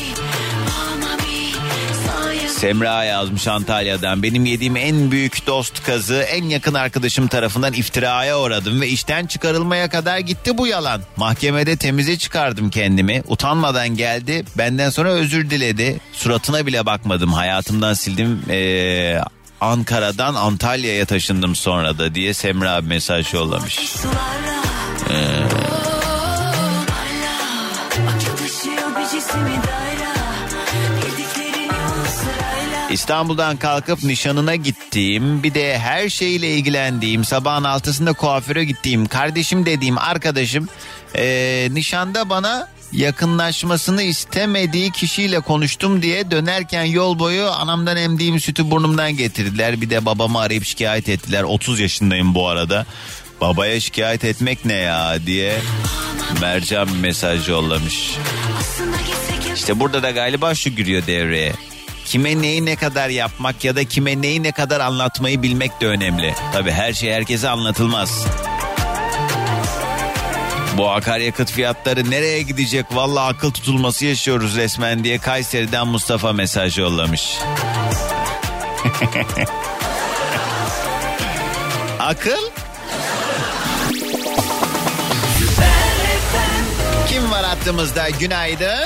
Semra yazmış Antalya'dan. Benim yediğim en büyük dost kazı, en yakın arkadaşım tarafından iftiraya uğradım ve işten çıkarılmaya kadar gitti bu yalan. Mahkemede temize çıkardım kendimi. Utanmadan geldi. Benden sonra özür diledi. Suratına bile bakmadım. Hayatımdan sildim. Ankara'dan Antalya'ya taşındım sonra da diye Semra mesaj yollamış. İstanbul'dan kalkıp nişanına gittiğim, bir de her şeyle ilgilendiğim, sabahın 6'sında kuaföre gittiğim, kardeşim dediğim arkadaşım nişanda bana yakınlaşmasını istemediği kişiyle konuştum diye dönerken yol boyu anamdan emdiğim sütü burnumdan getirdiler. Bir de babamı arayıp şikayet ettiler. 30 yaşındayım bu arada. Babaya şikayet etmek ne ya diye Mercan bir mesaj yollamış. İşte burada da galiba şu giriyor devreye. Kime neyi ne kadar yapmak ya da kime neyi ne kadar anlatmayı bilmek de önemli. Tabii her şey herkese anlatılmaz. Bu akaryakıt fiyatları nereye gidecek? Vallahi akıl tutulması yaşıyoruz resmen diye Kayseri'den Mustafa mesaj yollamış. Akıl? Kim var hattımızda? Günaydın.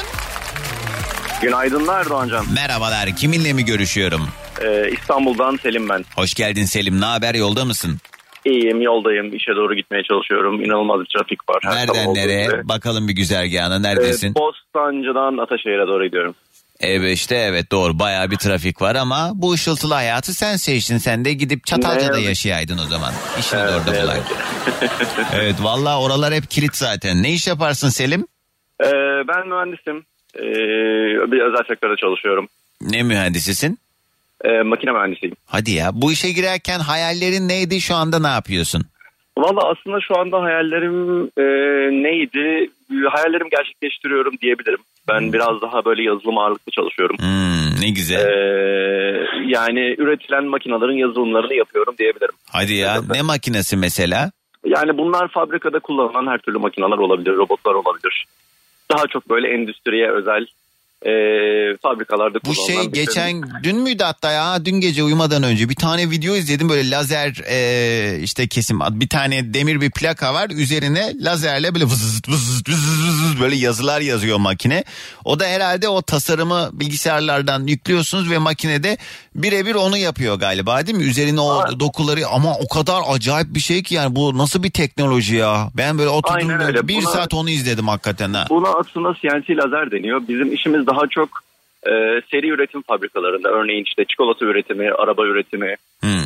Günaydınlar Doğancan. Merhabalar. Kiminle mi görüşüyorum? İstanbul'dan Selim ben. Hoş geldin Selim. Ne haber? Yolda mısın? İyiyim, yoldayım. İşe doğru gitmeye çalışıyorum. İnanılmaz bir trafik var. Nereden nereye? Gibi. Bakalım bir güzergahına. Neredesin? Bostancı'dan Ataşehir'e doğru gidiyorum. Evet doğru. Bayağı bir trafik var ama bu ışıltılı hayatı sen seçtin. Sen de gidip Çatalca'da yaşayaydın o zaman. İşini de orada bulay. Evet vallahi oralar hep kilit zaten. Ne iş yaparsın Selim? Ben mühendisim. Bir özel sektörde çalışıyorum. Ne mühendisisin? Makine mühendisiyim. Hadi ya, bu işe girerken hayallerin neydi, şu anda ne yapıyorsun? Valla aslında şu anda hayallerim neydi? Hayallerimi gerçekleştiriyorum diyebilirim. Ben biraz daha böyle yazılım ağırlıklı çalışıyorum. Ne güzel. Yani üretilen makinelerin yazılımlarını yapıyorum diyebilirim. Hadi ya, ne makinesi mesela? Yani bunlar fabrikada kullanılan her türlü makineler olabilir, robotlar olabilir. Daha çok böyle endüstriye özel fabrikalarda kullanılan. Bu şey geçen dün müydü hatta ya, dün gece uyumadan önce bir tane video izledim, böyle lazer işte kesim, bir tane demir bir plaka var, üzerine lazerle böyle vız böyle yazılar yazıyor makine. O da herhalde o tasarımı bilgisayarlardan yüklüyorsunuz ve makinede birebir onu yapıyor galiba, değil mi? Üzerine o dokuları, ama o kadar acayip bir şey ki yani, bu nasıl bir teknoloji ya? Ben böyle oturdum böyle bir saat onu izledim hakikaten ha. Buna aslında CNC lazer deniyor. Bizim işimiz daha çok seri üretim fabrikalarında, örneğin işte çikolata üretimi, araba üretimi,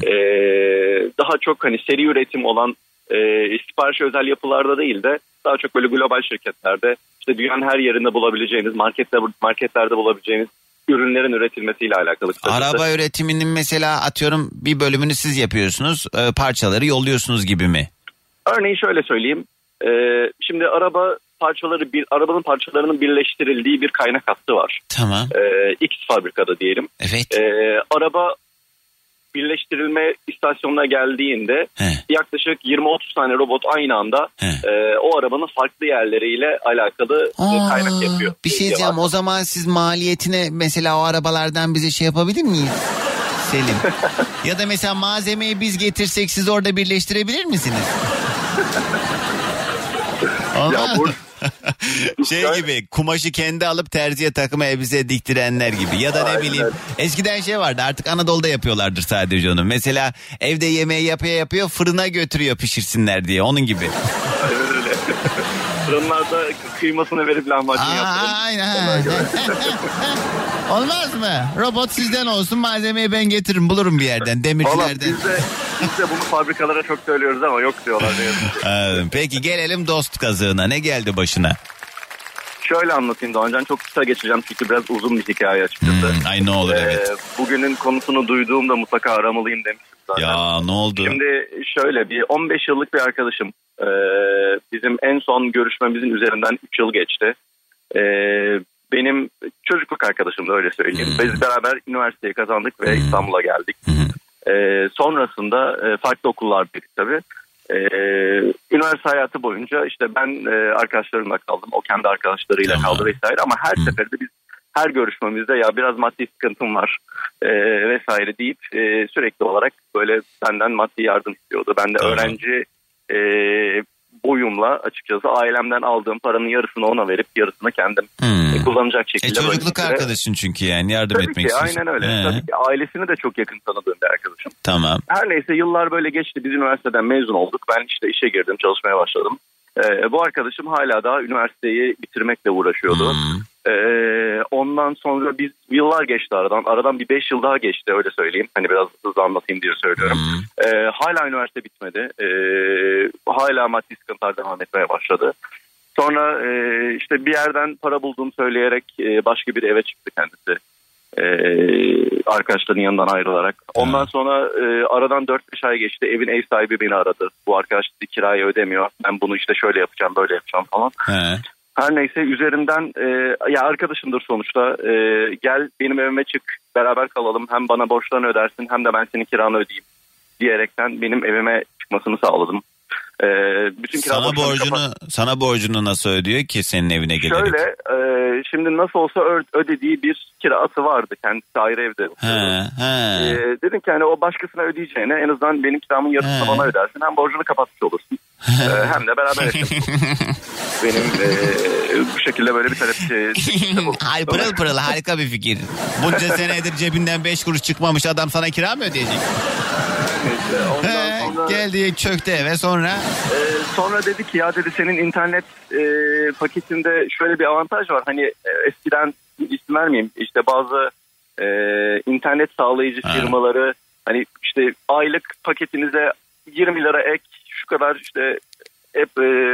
daha çok hani seri üretim olan sipariş özel yapılarda değil de daha çok böyle global şirketlerde, işte dünyanın her yerinde bulabileceğiniz, marketlerde bulabileceğiniz ürünlerin üretilmesiyle alakalı. Araba üretiminin mesela atıyorum bir bölümünü siz yapıyorsunuz, parçaları yolluyorsunuz gibi mi? Örneğin şöyle söyleyeyim. Şimdi arabanın parçalarının birleştirildiği bir kaynak hattı var. Tamam. X fabrikada diyelim. Evet. Araba birleştirilme istasyonuna geldiğinde yaklaşık 20-30 tane robot aynı anda o arabanın farklı yerleriyle alakalı kaynak yapıyor. Bir şey diyeceğim, o zaman siz maliyetine mesela o arabalardan bize şey yapabilir miyiz Selim? Ya da mesela malzemeyi biz getirsek siz orada birleştirebilir misiniz? Şey gibi, kumaşı kendi alıp terziye takım elbise diktirenler gibi. Ya da ne bileyim, eskiden şey vardı, artık Anadolu'da yapıyorlardır sadece onu. Mesela evde yemeği yapıyor fırına götürüyor pişirsinler diye, onun gibi. Öyle. Fırınlarda kıymasını verip lahmacun yaptırın. Aynen. Olmaz mı? Robot sizden olsun, malzemeyi ben getiririm, bulurum bir yerden, demircilerden. Biz de bunu fabrikalara çok söylüyoruz ama yok diyorlar. Peki gelelim dost kazığına. Ne geldi başına? Şöyle anlatayım Doğancan, çok kısa geçeceğim çünkü biraz uzun bir hikaye açıkçası. Ay ne olur evet. Bugünün konusunu duyduğumda mutlaka aramalıyım demiştim zaten. Ya ne oldu? Şimdi şöyle, bir 15 yıllık bir arkadaşım. Bizim en son görüşmemizin üzerinden 3 yıl geçti. Benim çocukluk arkadaşımdı, öyle söyleyeyim. Biz beraber üniversiteyi kazandık ve İstanbul'a geldik. Sonrasında farklı okullardaydık tabii. Üniversite hayatı boyunca işte ben arkadaşlarımla kaldım. O kendi arkadaşlarıyla kaldı vesaire. Ama her seferinde biz her görüşmemizde ya biraz maddi sıkıntım var vesaire deyip sürekli olarak böyle benden maddi yardım istiyordu. Ben de öğrenci boyumla açıkçası ailemden aldığım paranın yarısını ona verip yarısını kendim kullanacak şekilde. Çocukluk arkadaşın çünkü, yani yardım tabii etmek ki, istiyorsun. aynen öyle. Tabii ki ailesini de çok yakın tanıdığım bir arkadaşım. Tamam. Her neyse yıllar böyle geçti. Biz üniversiteden mezun olduk. Ben işte işe girdim, çalışmaya başladım. Bu arkadaşım hala daha üniversiteyi bitirmekle uğraşıyordu. Ondan sonra biz yıllar geçti aradan. Aradan bir 5 yıl daha geçti, öyle söyleyeyim. Hani biraz hızlı anlatayım diye söylüyorum. Hala üniversite bitmedi. Hala maddi sıkıntılar devam etmeye başladı. Sonra işte bir yerden para bulduğunu söyleyerek başka bir eve çıktı kendisi. Arkadaşların yanından ayrılarak. Ondan sonra aradan 4-5 ay geçti. Evin ev sahibi beni aradı. Bu arkadaş kirayı ödemiyor. Ben bunu işte şöyle yapacağım, böyle yapacağım falan. Her neyse üzerinden ya arkadaşımdır sonuçta, gel benim evime çık, beraber kalalım, hem bana borçlarını ödersin hem de ben senin kiranı ödeyeyim diyerekten benim evime çıkmasını sağladım. Bütün sana borcunu nasıl ödüyor ki senin evine gelerek? Şöyle şimdi nasıl olsa ödediği bir kirası vardı, kendisi ayrı evde. Dedim ki hani o başkasına ödeyeceğine en azından benim kiramın yarısını bana ödersin, hem borcunu kapatmış olursun hem de beraber yaşarsın. Benim bu şekilde böyle bir talep pırıl pırıl, harika bir fikir. Bunca senedir cebinden 5 kuruş çıkmamış adam sana kira mı ödeyecek? Sonra geldi, çöktü eve. Sonra dedi ki ya dedi, senin internet paketinde şöyle bir avantaj var. Hani eskiden isim vermeyeyim, işte bazı internet sağlayıcı firmaları hani işte aylık paketinize 20 lira ek, şu kadar işte hep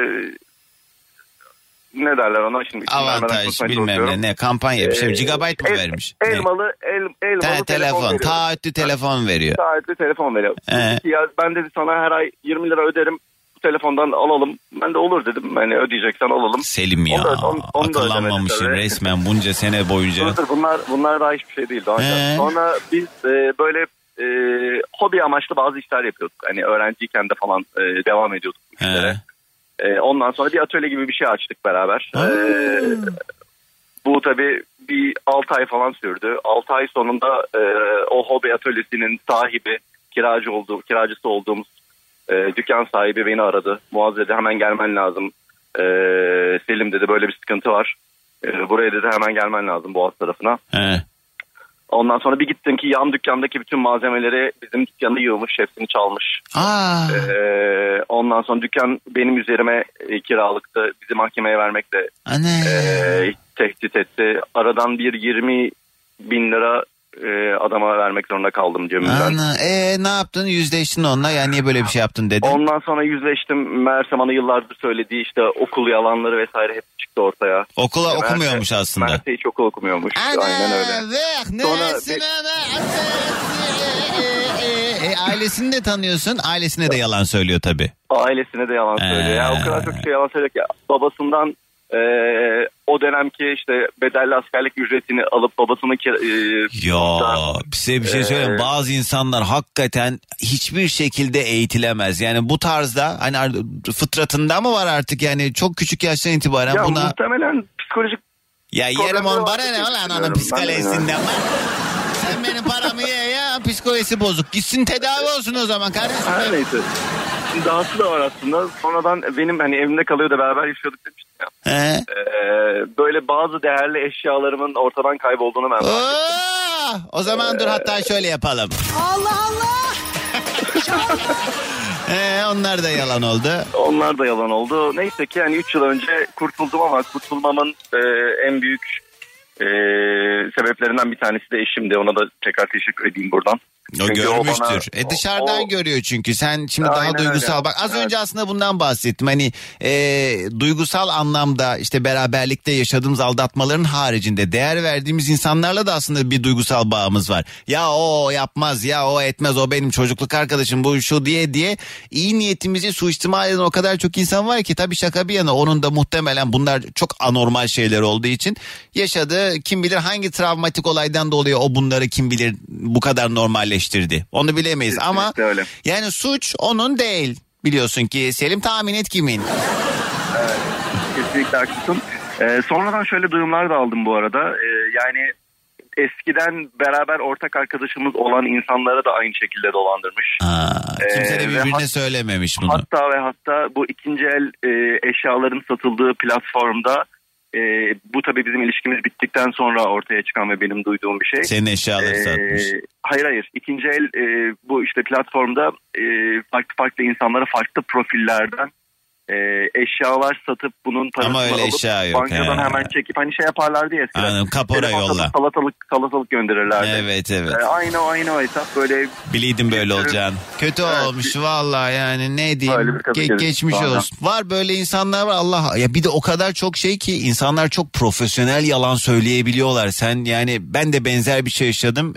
ne derler ona şimdi? Avantaj bilmem ne kampanya bir şey, gigabyte mı vermiş? Elmalı telefon, taahhütlü telefon veriyor. Taahhütlü telefon veriyor. Ya ben dedi sana her ay 20 lira öderim, bu telefondan alalım. Ben de olur dedim, hani ödeyeceksen alalım. Selim ya, akıllanmamışsın resmen bunca sene boyunca. Bunlar daha hiçbir şey değil. Sonra biz böyle hobi amaçlı bazı işler yapıyorduk. Hani öğrenciyken de falan devam ediyorduk bu işlere. Ondan sonra bir atölye gibi bir şey açtık beraber. Bu tabii bir 6 ay falan sürdü. 6 ay sonunda o hobi atölyesinin sahibi, kiracısı olduğumuz dükkan sahibi beni aradı. Muaz dedi, hemen gelmen lazım. Selim dedi, böyle bir sıkıntı var. Buraya dedi hemen gelmen lazım, Boğaz tarafına. Ondan sonra bir gittim ki yan dükkandaki bütün malzemeleri bizim dükkanda yığılmış, hepsini çalmış. Ondan sonra dükkan benim üzerime kiralıktı. Bizi mahkemeye vermekle tehdit etti. Aradan bir 20 bin lira adama vermek zorunda kaldım cebimden. Ne yaptın? Yüzleştin onunla, ya niye böyle bir şey yaptın dedin? Ondan sonra yüzleştim. Meğerse bana yıllardır söylediği işte okul yalanları vesaire hep çıktı ortaya. Okumuyormuş aslında. Meğerse hiç okul okumuyormuş. Aynen öyle. Ailesini de tanıyorsun. Ailesine de yalan söylüyor tabii. Ailesine de yalan söylüyor. Ya o kadar çok şey yalan söylüyor ki babasından O dönemki işte bedelli askerlik ücretini alıp babasının size bir şey söyleyeyim. Bazı insanlar hakikaten hiçbir şekilde eğitilemez. Yani bu tarzda hani fıtratında mı var artık, yani çok küçük yaştan itibaren ya buna... muhtemelen psikolojik... Ya yerim on bana ne lan onun psikolojisinden var. Sen benim paramı ye ya, psikolojisi bozuk. Gitsin tedavi olsun o zaman kardeşim. Her neyse. Dahası da var aslında. Sonradan benim hani evimde kalıyor da beraber yaşıyorduk demiştim ya. Böyle bazı değerli eşyalarımın ortadan kaybolduğunu ben fark ettim. O zaman dur, hatta şöyle yapalım. Allah Allah! Onlar da yalan oldu. Onlar da yalan oldu. Neyse ki hani 3 yıl önce kurtuldum ama kurtulmamın en büyük sebeplerinden bir tanesi de eşimdi. Ona da tekrar teşekkür edeyim buradan. O çünkü görmüştür. Dışarıdan görüyor çünkü. Sen şimdi daha duygusal. Öyle. Bak az önce aslında bundan bahsettim. Hani duygusal anlamda işte beraberlikte yaşadığımız aldatmaların haricinde değer verdiğimiz insanlarla da aslında bir duygusal bağımız var. Ya o yapmaz, ya o etmez, o benim çocukluk arkadaşım, bu şu diye iyi niyetimizi suistimal eden o kadar çok insan var ki, tabii şaka bir yana onun da muhtemelen bunlar çok anormal şeyler olduğu için yaşadığı, kim bilir hangi travmatik olaydan dolayı o bunları kim bilir bu kadar normalleştirdi. Onu bilemeyiz. Kesinlikle ama öyle. Yani suç onun değil. Biliyorsun ki Selim, tahmin et kimin? Evet, kesinlikle haklısın. Sonradan şöyle duyumlar da aldım bu arada. Yani eskiden beraber ortak arkadaşımız olan insanlara da aynı şekilde dolandırmış. Kimse de birbirine söylememiş bunu. Hatta bu ikinci el eşyaların satıldığı platformda bu tabii bizim ilişkimiz bittikten sonra ortaya çıkan ve benim duyduğum bir şey. Senin eşyaları satmış. Hayır. İkinci el bu işte platformda farklı insanlara farklı profillerden eşyalar satıp bunun parasını alıp bankadan hemen çekip hani şey yaparlardı ya eskiden. Anladım, kapora yolla. Salatalık gönderirlerdi. Evet. Aynı o hesap böyle. Biliydim böyle olacağını. Kötü olmuş vallahi, yani ne diyeyim. Geçmiş olsun. Var böyle insanlar var, Allah ya, bir de o kadar çok şey ki insanlar çok profesyonel yalan söyleyebiliyorlar. Sen yani ben de benzer bir şey yaşadım.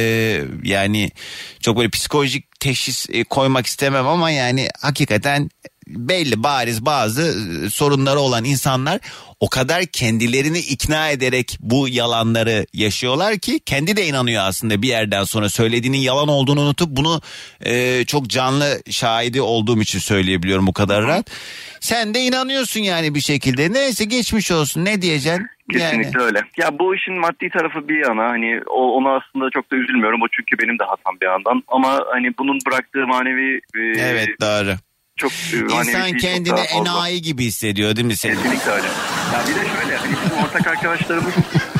Yani çok böyle psikolojik teşhis koymak istemem ama yani hakikaten belli bariz bazı sorunları olan insanlar o kadar kendilerini ikna ederek bu yalanları yaşıyorlar ki kendi de inanıyor aslında bir yerden sonra, söylediğinin yalan olduğunu unutup bunu çok canlı şahidi olduğum için söyleyebiliyorum bu kadar rahat. Sen de inanıyorsun yani bir şekilde. Neyse, geçmiş olsun, ne diyeceksin? Kesinlikle öyle. Ya bu işin maddi tarafı bir yana, hani ona aslında çok da üzülmüyorum. O çünkü benim de hatam bir yandan. Ama hani bunun bıraktığı manevi... Evet, doğru. Çok İnsan kendini enayi gibi hissediyor değil mi senin? Kesinlikle öyle. Ya bir de şöyle, hani bizim ortak arkadaşlarımız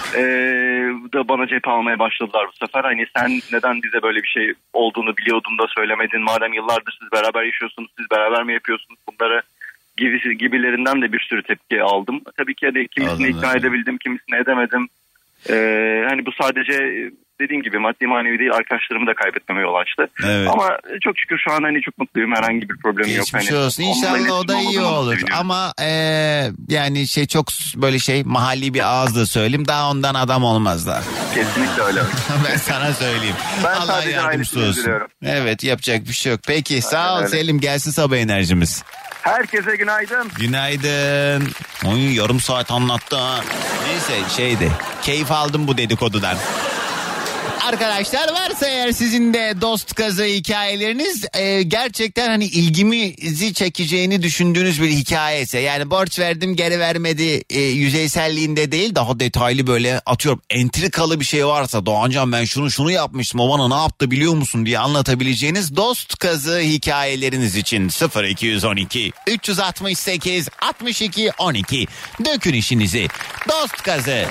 da bana cephe almaya başladılar bu sefer. Hani sen neden bize böyle bir şey olduğunu biliyordun da söylemedin? Madem yıllardır siz beraber yaşıyorsunuz, siz beraber mi yapıyorsunuz bunları? Gibilerinden de bir sürü tepki aldım. Tabii ki de kimisini ikna edebildim, kimisini edemedim. Hani bu sadece dediğim gibi maddi manevi değil, arkadaşlarımı da kaybetmeme yol açtı. Evet. Ama çok şükür şu an hani çok mutluyum, herhangi bir problemim yok. Geçmiş olsun. İnşallah o da iyi olur. Ama yani çok böyle mahalli bir ağızla söyleyeyim, daha ondan adam olmaz da. Kesinlikle öyle. Ben sana söyleyeyim. Ben Allah yardımcısı olsun. Evet, yapacak bir şey yok. Peki sağ ol Selim, gelsin sabah enerjimiz. Herkese günaydın. Günaydın. Yarım saat anlattı ha. Neyse keyif aldım bu dedikodudan. Arkadaşlar, varsa eğer sizin de dost kazı hikayeleriniz gerçekten hani ilgimizi çekeceğini düşündüğünüz bir hikaye ise, yani borç verdim geri vermedi yüzeyselliğinde değil, daha detaylı böyle atıyorum entrikalı bir şey varsa, Doğancan ben şunu yapmıştım, o bana ne yaptı biliyor musun diye anlatabileceğiniz dost kazı hikayeleriniz için 0212 368 62 12 dökün işinizi. Dost kazı.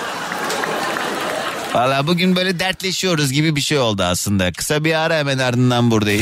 Valla bugün böyle dertleşiyoruz gibi bir şey oldu aslında. Kısa bir ara, hemen ardından buradayız.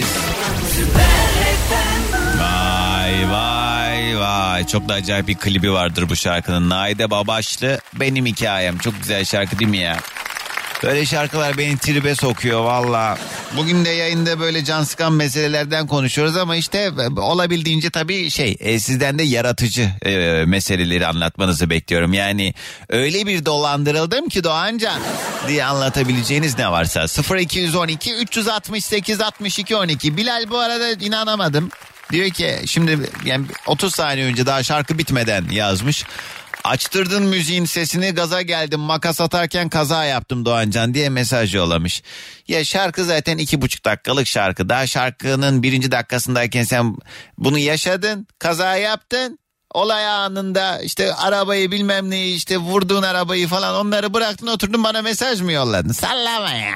Vay. Çok da acayip bir klibi vardır bu şarkının. Naide Babaşlı, Benim Hikayem. Çok güzel şarkı değil mi ya? Böyle şarkılar beni tribe sokuyor valla. Bugün de yayında böyle can sıkan meselelerden konuşuyoruz ama işte olabildiğince tabii sizden de yaratıcı meseleleri anlatmanızı bekliyorum. Yani öyle bir dolandırıldım ki Doğancan diye anlatabileceğiniz ne varsa. 0212 368 62 12. Bilal bu arada inanamadım. Diyor ki şimdi yani 30 saniye önce daha şarkı bitmeden yazmış. Açtırdın müziğin sesini, gaza geldim, makas atarken kaza yaptım Doğancan diye mesaj yollamış. Ya şarkı zaten 2,5 dakikalık şarkı. Daha şarkının 1. dakikasındayken sen bunu yaşadın, kaza yaptın. Olay anında işte arabayı bilmem neyi, işte vurduğun arabayı falan, onları bıraktın, oturdun bana mesaj mı yolladın? Sallama ya.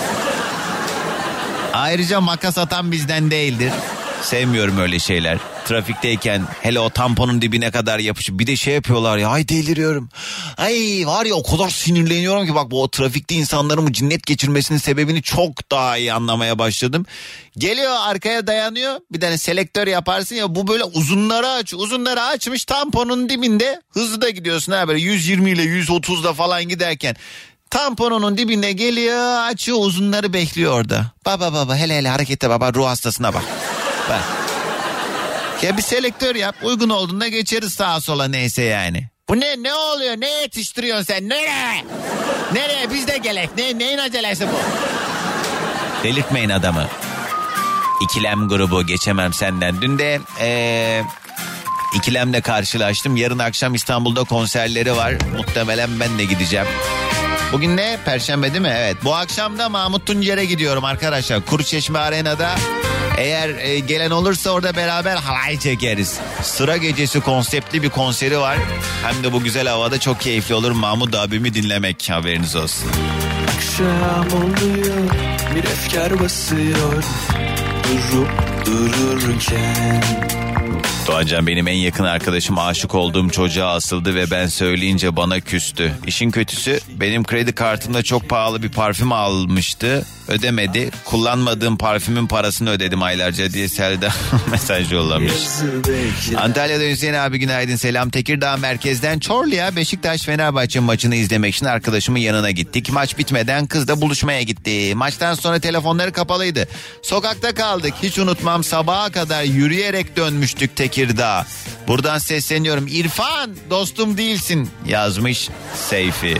Ayrıca makas atan bizden değildir. Sevmiyorum öyle şeyler. Trafikteyken hele o tamponun dibine kadar yapışıp bir de şey yapıyorlar ya, ay deliriyorum. Ay var ya, o kadar sinirleniyorum ki bak, bu o trafikte insanların bu cinnet geçirmesinin sebebini çok daha iyi anlamaya başladım. Geliyor arkaya dayanıyor, bir tane selektör yaparsın ya, bu böyle uzunları açmış tamponun dibinde, hızlı da gidiyorsun ha, böyle 120 ile 130'da falan giderken. Tamponunun dibine geliyor, açıyor, uzunları bekliyor orada. Baba hele harekete baba, ruh hastasına bak. Bak. Ya bir selektör yap, uygun olduğunda geçeriz sağa sola, neyse yani. Bu ne oluyor, ne yetiştiriyorsun sen, nereye biz de gelek, neyin acelesi bu? Delirtmeyin adamı. İkilem grubu, geçemem senden. Dün de İkilem'le karşılaştım. Yarın akşam İstanbul'da konserleri var, muhtemelen ben de gideceğim. Bugün ne? Perşembe değil mi? Evet. Bu akşam da Mahmut Tuncer'e gidiyorum arkadaşlar. Kuruçeşme Arena'da. Eğer gelen olursa orada beraber halay çekeriz. Sıra gecesi konseptli bir konseri var. Hem de bu güzel havada çok keyifli olur Mahmut abimi dinlemek, haberiniz olsun. Akşam oluyor, bir efkar basıyor, durup dururken. Doğancan, benim en yakın arkadaşım aşık olduğum çocuğa asıldı ve ben söyleyince bana küstü. İşin kötüsü, benim kredi kartımda çok pahalı bir parfüm almıştı. Ödemedi. Kullanmadığım parfümün parasını ödedim aylarca diye Selda mesaj yollamış. Antalya'da Hüseyin abi günaydın, selam. Tekirdağ merkezden Çorlu'ya Beşiktaş Fenerbahçe maçını izlemek için arkadaşımın yanına gittik. Maç bitmeden kızla buluşmaya gitti. Maçtan sonra telefonları kapalıydı. Sokakta kaldık. Hiç unutmam, sabaha kadar yürüyerek dönmüştük Tekirdağ. Buradan sesleniyorum. İrfan, dostum değilsin yazmış Seyfi.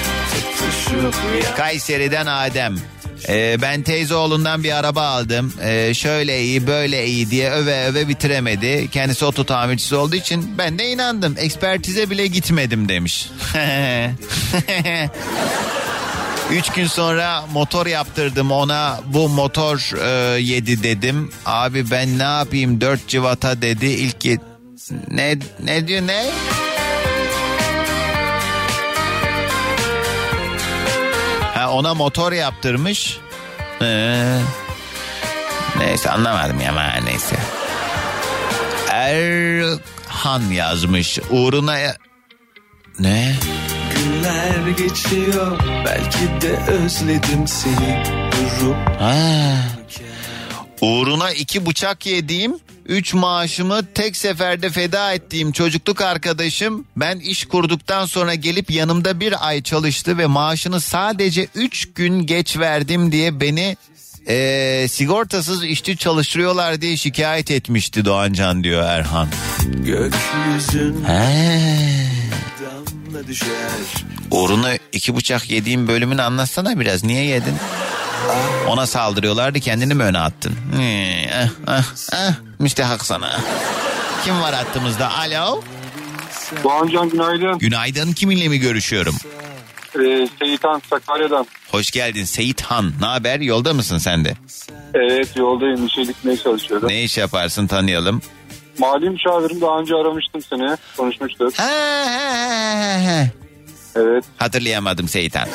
Kayseri'den Adem. Ben teyze oğlundan bir araba aldım. Şöyle iyi böyle iyi diye öve bitiremedi. Kendisi oto tamircisi olduğu için ben de inandım. Ekspertize bile gitmedim demiş. 3 gün sonra motor yaptırdım ona, bu motor yedi dedim. Abi ben ne yapayım, 4 cıvata dedi. İlk ne diyor ne? Ona motor yaptırmış. Neyse anlamadım ya, neyse. Erhan yazmış. Uğruna ne? Günler geçiyor, belki de özledim seni. Uğruna 2 bıçak yediğim, 3 maaşımı tek seferde feda ettiğim çocukluk arkadaşım ben iş kurduktan sonra gelip yanımda 1 ay çalıştı ve maaşını sadece 3 gün geç verdim diye beni sigortasız işçi çalıştırıyorlar diye şikayet etmişti Doğancan, diyor Erhan. Gökyüzün damla düşer. Uğruna 2 bıçak yediğim bölümünü anlatsana biraz, niye yedin? Ona saldırıyorlardı, kendini mi öne attın? Müstehak sana. Kim var hattımızda? Alo. Doğancan günaydın. Günaydın, kiminle mi görüşüyorum? Seyithan Sakarya'dan. Hoş geldin Seyithan. Ne haber, yolda mısın sen de? Evet, yoldayım, işe gitmeye çalışıyorum. Ne iş yaparsın, tanıyalım. Mali müşavirim, daha önce aramıştım seni, konuşmuştuk. Evet. Hatırlayamadım Seyithan.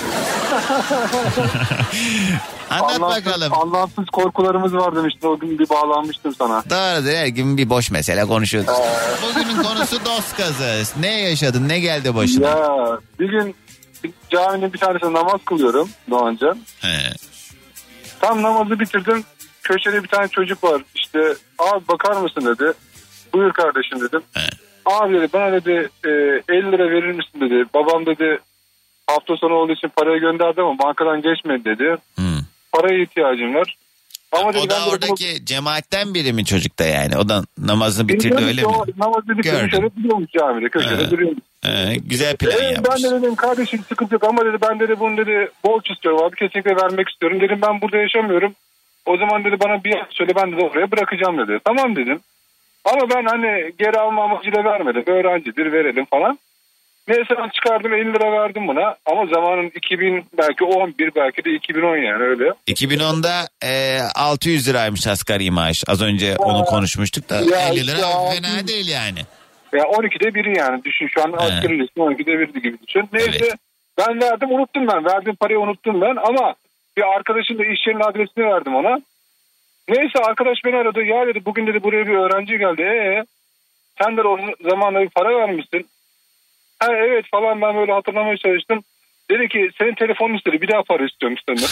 Anlat bakalım. Anlamsız korkularımız var demiştin, o gün bir bağlanmıştım sana. Doğrudur, her gün bir boş mesele konuşuyoruz. Bugünün konusu dost kazı. Ne yaşadın, ne geldi başına? Ya bir gün caminin bir tanesinde namaz kılıyorum Doğancan. Tam namazı bitirdim, köşede bir tane çocuk var, işte abi bakar mısın dedi. Buyur kardeşim dedim. Abi dedi, bana dedi 50 lira verir misin dedi. Babam dedi hafta sonu olduğu için parayı gönderdi ama bankadan geçmedi dedi. Paraya ihtiyacım var. Ama o da oradaki bunu... cemaatten biri mi çocukta yani? O da namazını bitirdi öyle mi? Namazı bitirmiş, duruyormuş camide, köşede duruyormuş. Güzel plan yapmış. Ben de dedim kardeşim sıkıntı yok ama dedi ben dedi bunu dedi borç istiyorum abi, kesinlikle vermek istiyorum. Dedim ben burada yaşamıyorum. O zaman dedi bana bir yer söyle, ben de oraya bırakacağım dedi. Tamam dedim. Ama ben hani geri alma amacıyla vermedim. Öğrencidir, verelim falan. Neyse ben çıkardım 50 lira verdim buna. Ama zamanın 2000 belki 11 belki de 2010 yani öyle. 2010'da 600 liraymış asgari maaş. Az önce onu konuşmuştuk da Ya 50 lira işte fena değil yani. Ya 12'de biri yani düşün şu an asgari ücretin 12'de biri gibi düşün. Neyse Evet. ben verdim unuttum ben. Verdiğim parayı unuttum ben ama bir arkadaşın da iş yerinin adresini verdim ona. Neyse arkadaş beni aradı. Ya dedi bugün dedi buraya bir öğrenci geldi. Sen de o zamanla bir para vermişsin. Ha evet falan ben böyle hatırlamaya çalıştım. Dedi ki senin telefonun istedi bir daha para istiyorum senden.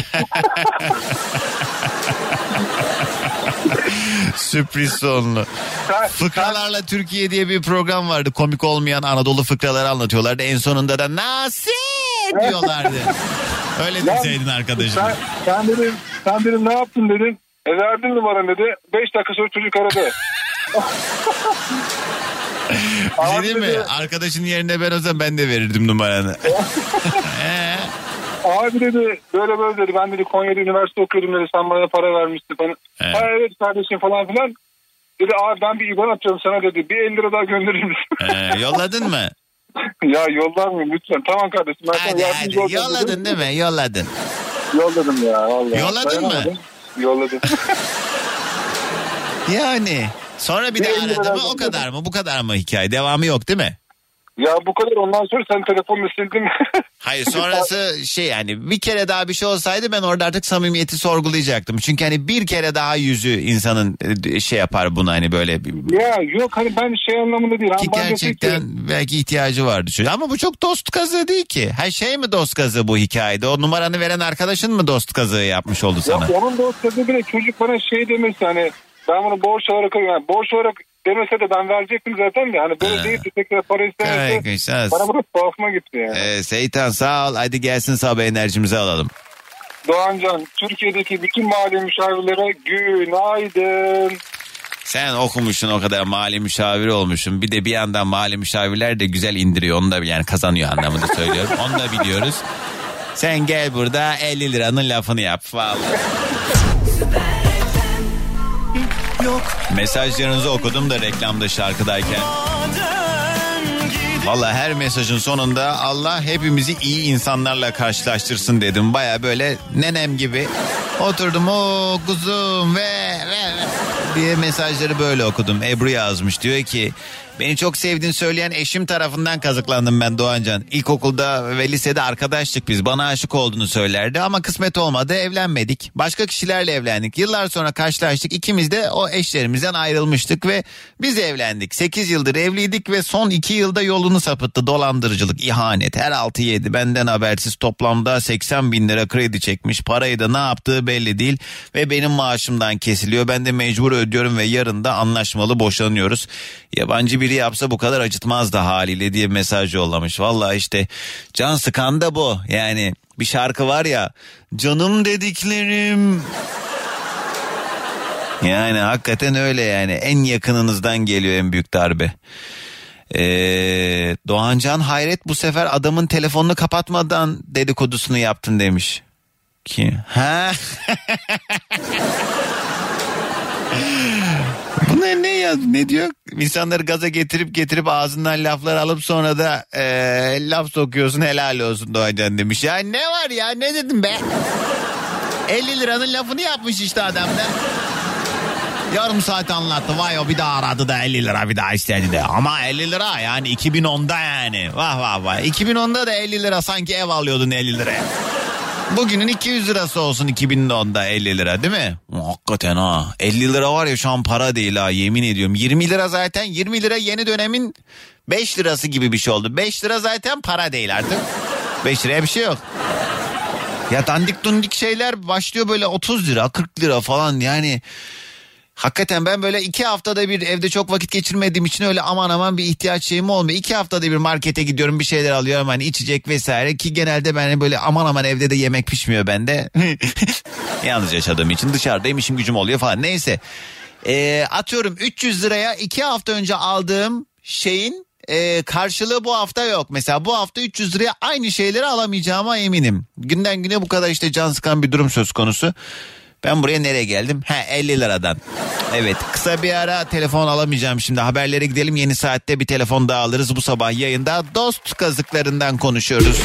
Sürpriz sonlu. Fıkralarla Türkiye diye bir program vardı. Komik olmayan Anadolu fıkraları anlatıyorlardı. En sonunda da nasıl diyorlardı. Öyle deseydin arkadaşım. Sen dedim ne yaptın dedim. Verdim numaranı dedi. 5 dakika sonra çocuk aradı. Bir şey değil mi? Arkadaşın yerine ben olsam ben de verirdim numaranı. Abi dedi böyle dedi. Ben dedi Konya'da üniversite okuyordum dedi. Sen bana para vermiştin falan. Evet. Ha evet kardeşim falan filan. Dedi abi ben bir IBAN atacağım sana dedi. Bir 50 lira daha gönderir misin? Yolladın mı? Ya yollar mıyım lütfen? Tamam kardeşim. Hadi. Yolladın değil mi? Yolladın. Yolladım ya vallahi. Yolladın mı? Yolladım. Yani sonra bir daha aradı mı o kadar mı? Bu kadar mı hikaye? Devamı yok değil mi? Ya bu kadar ondan sonra sen telefonla sildin. Hayır sonrası yani bir kere daha bir şey olsaydı ben orada artık samimiyeti sorgulayacaktım. Çünkü hani bir kere daha yüzü insanın yapar buna hani böyle. Ya yok hani ben şey anlamında değil. Ki gerçekten belki ihtiyacı vardı çocuğun. Ama bu çok dost kazığı değil ki. Her şey mi dost kazığı bu hikayede? O numaranı veren arkadaşın mı dost kazığı yapmış oldu sana? Ya onun dost kazığı bile çocuk bana şey demesi hani ben bunu borç olarak demese de ben verecektim zaten de hani böyle değil de tekrar para istemese bana burada tuhafıma gitti yani. Seytan sağ ol hadi gelsin sabah enerjimizi alalım. Doğancan Türkiye'deki bütün mali müşavirlere günaydın. Sen okumuşsun o kadar mali müşaviri olmuşsun. Bir de bir yandan mali müşavirler de güzel indiriyor onu da yani kazanıyor anlamında söylüyorum. Onu da biliyoruz. Sen gel burada 50 liranın lafını yap vallahi. Mesajlarınızı okudum da reklamda şarkıdayken. Vallahi her mesajın sonunda Allah hepimizi iyi insanlarla karşılaştırsın dedim. Baya böyle nenem gibi oturdum o kuzum ve diye mesajları böyle okudum. Ebru yazmış diyor ki beni çok sevdiğini söyleyen eşim tarafından kazıklandım ben Doğancan. İlkokulda ve lisede arkadaştık biz. Bana aşık olduğunu söylerdi ama kısmet olmadı evlenmedik. Başka kişilerle evlendik. Yıllar sonra karşılaştık. İkimiz de o eşlerimizden ayrılmıştık ve biz evlendik. 8 yıldır evliydik ve son 2 yılda yolunu sapıttı. Dolandırıcılık, ihanet her 6-7 benden habersiz toplamda 80 bin lira kredi çekmiş. Parayı da ne yaptığı belli değil ve benim maaşımdan kesiliyor. Ben de mecbur ödüyorum ve yarın da anlaşmalı boşanıyoruz. Yabancı biri yapsa bu kadar acıtmazdı haliyle diye mesaj yollamış. Vallahi işte can sıkan da bu. Yani bir şarkı var ya canım dediklerim. Yani hakikaten öyle yani en yakınınızdan geliyor en büyük darbe. Doğancan hayret bu sefer adamın telefonunu kapatmadan dedikodusunu yaptın demiş. Ki ha? Bu ne ya ne diyor? İnsanları gaza getirip ağzından laflar alıp sonra da laf sokuyorsun helal olsun Doğancan demiş. Ya ne var ya ne dedim be? 50 liranın lafını yapmış işte adam da. Yarım saat anlattı. Vay o bir daha aradı da 50 lira bir daha istedi de. Ama 50 lira yani 2010'da yani. Vah. 2010'da da 50 lira sanki ev alıyordun 50 liraya. Bugünün 200 lirası olsun 2010'da 50 lira değil mi? Hakikaten ha. 50 lira var ya şu an para değil ha yemin ediyorum. 20 lira zaten 20 lira yeni dönemin 5 lirası gibi bir şey oldu. 5 lira zaten para değil artık. 5 liraya bir şey yok. Ya dandik dundik şeyler başlıyor böyle 30 lira 40 lira falan yani. Hakikaten ben böyle 2 haftada bir evde çok vakit geçirmediğim için öyle aman bir ihtiyaç şeyim olmuyor. 2 haftada bir markete gidiyorum bir şeyler alıyorum hani içecek vesaire ki genelde ben böyle aman evde de yemek pişmiyor bende. Yalnız yaşadığım için dışarıdayım işim gücüm oluyor falan neyse. Atıyorum 300 liraya 2 hafta önce aldığım şeyin karşılığı bu hafta yok. Mesela bu hafta 300 liraya aynı şeyleri alamayacağıma eminim. Günden güne bu kadar işte can sıkan bir durum söz konusu. Ben buraya nereye geldim? 50 liradan. Evet, kısa bir ara, telefon alamayacağım şimdi. Haberlere gidelim, yeni saatte bir telefon daha alırız. Bu sabah yayında dost kazıklarından konuşuyoruz.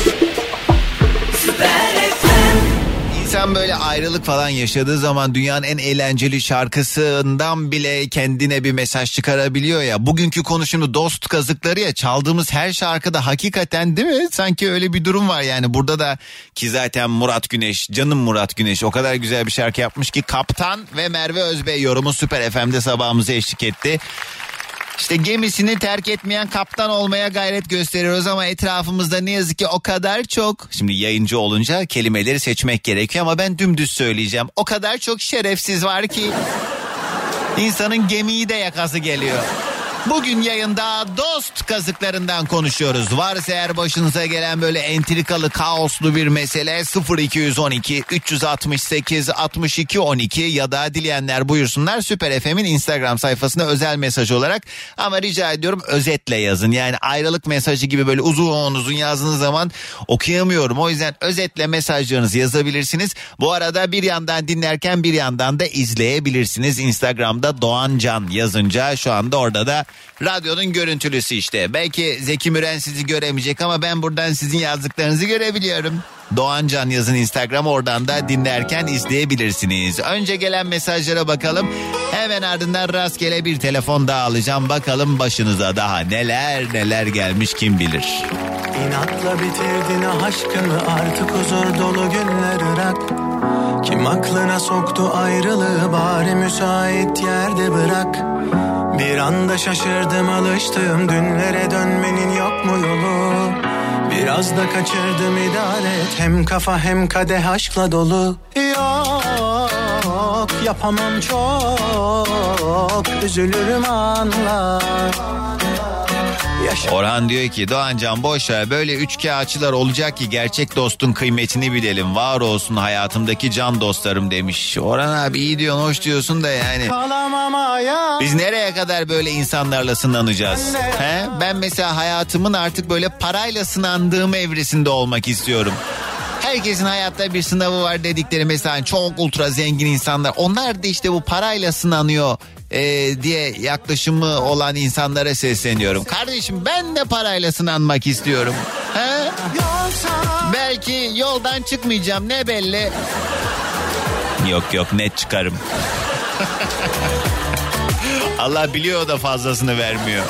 İnsan böyle ayrılık falan yaşadığı zaman dünyanın en eğlenceli şarkısından bile kendine bir mesaj çıkarabiliyor ya. Bugünkü konuşunu dost kazıkları ya, çaldığımız her şarkıda hakikaten değil mi? Sanki öyle bir durum var yani. Burada da ki zaten Murat Güneş, canım Murat Güneş o kadar güzel bir şarkı yapmış ki, Kaptan ve Merve Özbey yorumu Süper FM'de sabahımıza eşlik etti. İşte gemisini terk etmeyen kaptan olmaya gayret gösteriyoruz ama etrafımızda ne yazık ki o kadar çok. Şimdi yayıncı olunca kelimeleri seçmek gerekiyor ama ben dümdüz söyleyeceğim. O kadar çok şerefsiz var ki insanın gemiyi de yakası geliyor. Bugün yayında dost kazıklarından konuşuyoruz. Varsa eğer başınıza gelen böyle entrikalı, kaoslu bir mesele 0212 368 62 12 ya da dileyenler buyursunlar Süper FM'in Instagram sayfasına özel mesaj olarak. Ama rica ediyorum özetle yazın. Yani ayrılık mesajı gibi böyle uzun yazdığınız zaman okuyamıyorum. O yüzden özetle mesajlarınızı yazabilirsiniz. Bu arada bir yandan dinlerken bir yandan da izleyebilirsiniz. Instagram'da Doğan Can yazınca şu anda orada da radyonun görüntülüsü işte. Belki Zeki Müren sizi göremeyecek ama ben buradan sizin yazdıklarınızı görebiliyorum. Doğan Can yazın Instagram, oradan da dinlerken izleyebilirsiniz. Önce gelen mesajlara bakalım. Hemen ardından rastgele bir telefon daha alacağım. Bakalım başınıza daha neler gelmiş kim bilir. İnatla bitirdin aşkımı, artık huzur dolu günler ırak. Kim aklına soktu ayrılığı, bari müsait yerde bırak. Bir anda şaşırdım, alıştım dünlere, dönmenin yok mu yolu? Biraz da kaçırdım, idare et. Hem kafa hem kadeh aşkla dolu. Yok yapamam çok, üzülürüm anla. Orhan diyor ki Doğancan boş ver, böyle üçkağıtçılar olacak ki gerçek dostun kıymetini bilelim. Var olsun hayatımdaki can dostlarım demiş. Orhan abi iyi diyorsun, hoş diyorsun da yani. Biz nereye kadar böyle insanlarla sınanacağız? Ben mesela hayatımın artık böyle parayla sınandığım evresinde olmak istiyorum. Herkesin hayatta bir sınavı var dedikleri mesela çok ultra zengin insanlar. Onlar da işte bu parayla sınanıyor diye yaklaşımı olan insanlara sesleniyorum. Kardeşim ben de parayla sınanmak istiyorum. Belki yoldan çıkmayacağım, ne belli. Yok net çıkarım. Allah biliyor da fazlasını vermiyor.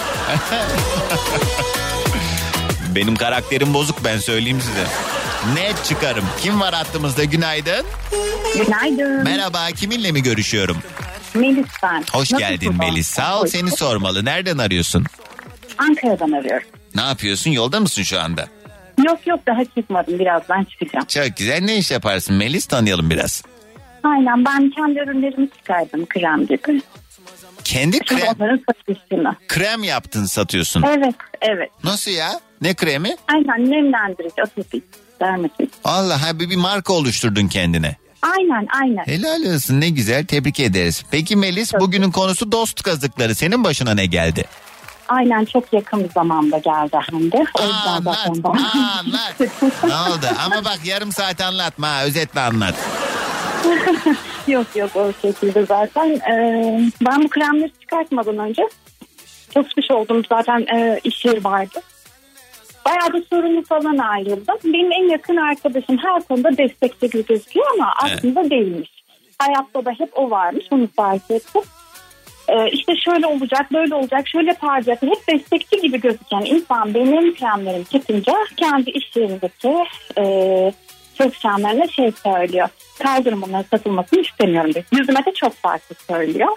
Benim karakterim bozuk, ben söyleyeyim size. Net çıkarım. Kim var hattımızda? Günaydın. Günaydın. Merhaba, kiminle mi görüşüyorum? Melis ben. Hoş geldin Melis. Sağ ol, seni sormalı. Nereden arıyorsun? Ankara'dan arıyorum. Ne yapıyorsun? Yolda mısın şu anda? Yok daha çıkmadım. Birazdan çıkacağım. Çok güzel. Ne iş yaparsın Melis? Tanıyalım biraz. Aynen, ben kendi ürünlerimi çıkardım, krem gibi. Kendi krem? Onların satışını. Krem yaptın, satıyorsun. Evet. Nasıl ya? Ne kremi? Aynen, nemlendirici, atopik, dermatik. Allah, bir marka oluşturdun kendine. Aynen. Helal olsun, ne güzel, tebrik ederiz. Peki Melis, bugünün konusu dost kazıkları. Senin başına ne geldi? Aynen, çok yakın bir zamanda geldi hem de. Anlat. Ne oldu? Ama bak yarım saat anlatma, özetle anlat. Yok o şekilde zaten. Ben bu kremleri çıkartmadan önce çalışmış oldum zaten, iş yeri vardı. Bayağı da sorunlu falan ayrıldım. Benim en yakın arkadaşım her konuda destekçi gibi gözüküyor ama aslında değilmiş. Hayatta da hep o varmış, onu fark ettim. İşte şöyle olacak, böyle olacak, şöyle parlayacak. Hep destekçi gibi gözüken insan benim kremlerimi çıkınca kendi iş yerindeki çalışanlarına söylüyor. Kaldırın, bunların satılmasını istemiyorum diye. Yüzüme de çok farklı söylüyor.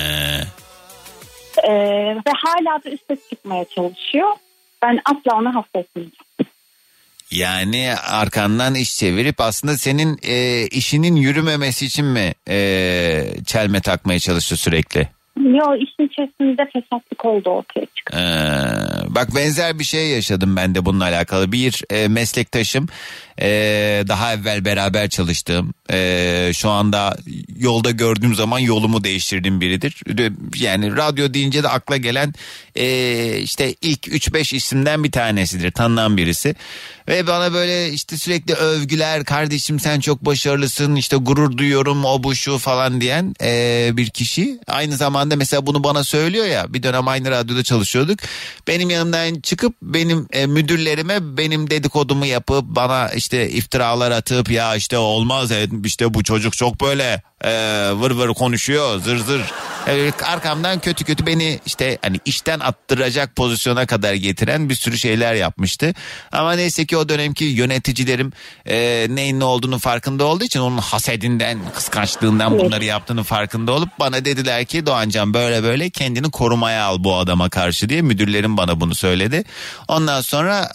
Ve hala da üste çıkmaya çalışıyor. Ben asla ona affetmeyeceğim. Yani arkandan iş çevirip aslında senin işinin yürümemesi için mi çelme takmaya çalıştı sürekli? Yok, işin içerisinde fesatlık oldu ortaya çıktı. Bak benzer bir şey yaşadım ben de bununla alakalı. Bir meslektaşım, daha evvel beraber çalıştığım, Şu anda yolda gördüğüm zaman yolumu değiştirdiğim biridir. Yani radyo deyince de akla gelen işte ilk 3-5 isimden bir tanesidir. Tanınan birisi. Ve bana böyle işte sürekli övgüler, kardeşim sen çok başarılısın, işte gurur duyuyorum, o bu şu falan diyen bir kişi. Aynı zamanda mesela bunu bana söylüyor ya, bir dönem aynı radyoda çalışıyorduk. Benim yanımdan çıkıp benim müdürlerime benim dedikodumu yapıp bana işte iftiralar atıp ya işte olmaz, işte bu çocuk çok böyle vır vır konuşuyor, zır zır. Arkamdan kötü kötü beni işte hani işten attıracak pozisyona kadar getiren bir sürü şeyler yapmıştı. Ama neyse ki o dönemki yöneticilerim neyin ne olduğunu farkında olduğu için onun hasedinden, kıskançlığından bunları yaptığını farkında olup bana dediler ki Doğancan böyle böyle kendini korumaya al bu adama karşı diye. Müdürlerim bana bunu söyledi. Ondan sonra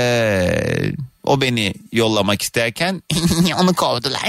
o beni yollamak isterken onu kovdular.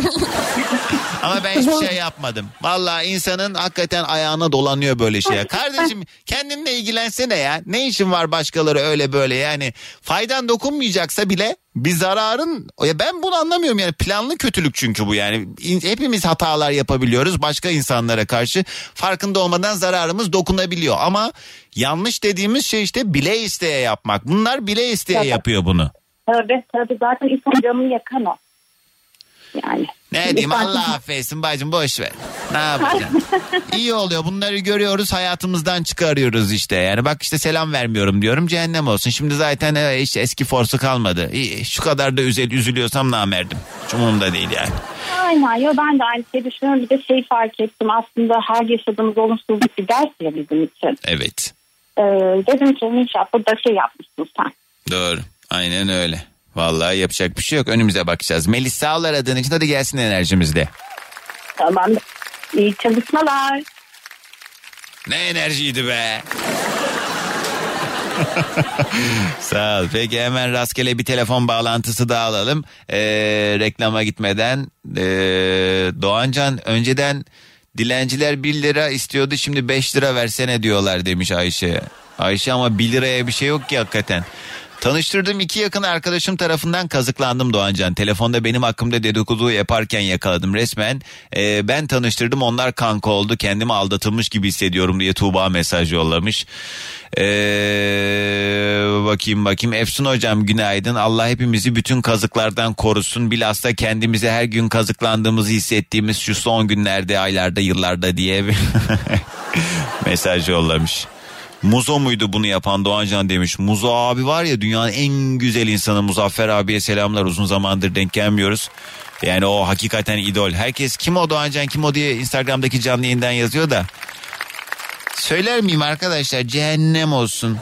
Ama ben hiçbir şey yapmadım. Vallahi insanın hakikaten ayağına dolanıyor böyle şeye. Kardeşim kendinle ilgilensene ya. Ne işin var başkaları öyle böyle, yani faydan dokunmayacaksa bile bir zararın, ya ben bunu anlamıyorum yani, planlı kötülük çünkü bu yani. Hepimiz hatalar yapabiliyoruz başka insanlara karşı, farkında olmadan zararımız dokunabiliyor ama yanlış dediğimiz şey işte bile isteye yapmak. Bunlar bile isteye yapıyor bunu. Tabii zaten insan canını yakan o. Yani. Ne diyeyim, Allah affetsin bacım, boş ver. Ne yapacaksın? İyi oluyor, bunları görüyoruz, hayatımızdan çıkarıyoruz işte. Yani bak işte selam vermiyorum diyorum, cehennem olsun. Şimdi zaten işte eski forsu kalmadı. İyi, şu kadar da üzülüyorsam namerdim. Hiç umurumda değil yani. Aynen ya, ben de aynı şeyi düşünüyorum. Bir de fark ettim, aslında her yaşadığımız olumsuzluk bir ders ya bizim için. Evet. Dedim ki inşallah burada yapmışsın sen. Doğru, aynen öyle. Vallahi yapacak bir şey yok. Önümüze bakacağız. Melis sağ ol aradığın için. Hadi gelsin enerjimizde. Tamam. İyi çalışmalar. Ne enerjiydi be. Sağ ol. Peki hemen rastgele bir telefon bağlantısı da alalım. Reklama gitmeden. Doğancan, önceden dilenciler 1 lira istiyordu. Şimdi 5 lira versene diyorlar demiş Ayşe. Ayşe ama 1 liraya bir şey yok ki hakikaten. Tanıştırdığım 2 yakın arkadaşım tarafından kazıklandım Doğancan. Telefonda benim hakkımda dedikodu yaparken yakaladım resmen. Ben tanıştırdım, onlar kanka oldu. Kendimi aldatılmış gibi hissediyorum diye Tuğba mesaj yollamış. Bakayım. Efsun hocam günaydın. Allah hepimizi bütün kazıklardan korusun. Bilhassa kendimize her gün kazıklandığımızı hissettiğimiz şu son günlerde, aylarda, yıllarda diye bir mesaj yollamış. Muzo muydu bunu yapan Doğancan demiş. Muzo abi var ya, dünyanın en güzel insanı. Muzaffer abiye selamlar, uzun zamandır denk gelmiyoruz. Yani o hakikaten idol. Herkes kim o Doğancan kim o diye Instagram'daki canlı yayından yazıyor da. Söyler miyim arkadaşlar, cehennem olsun.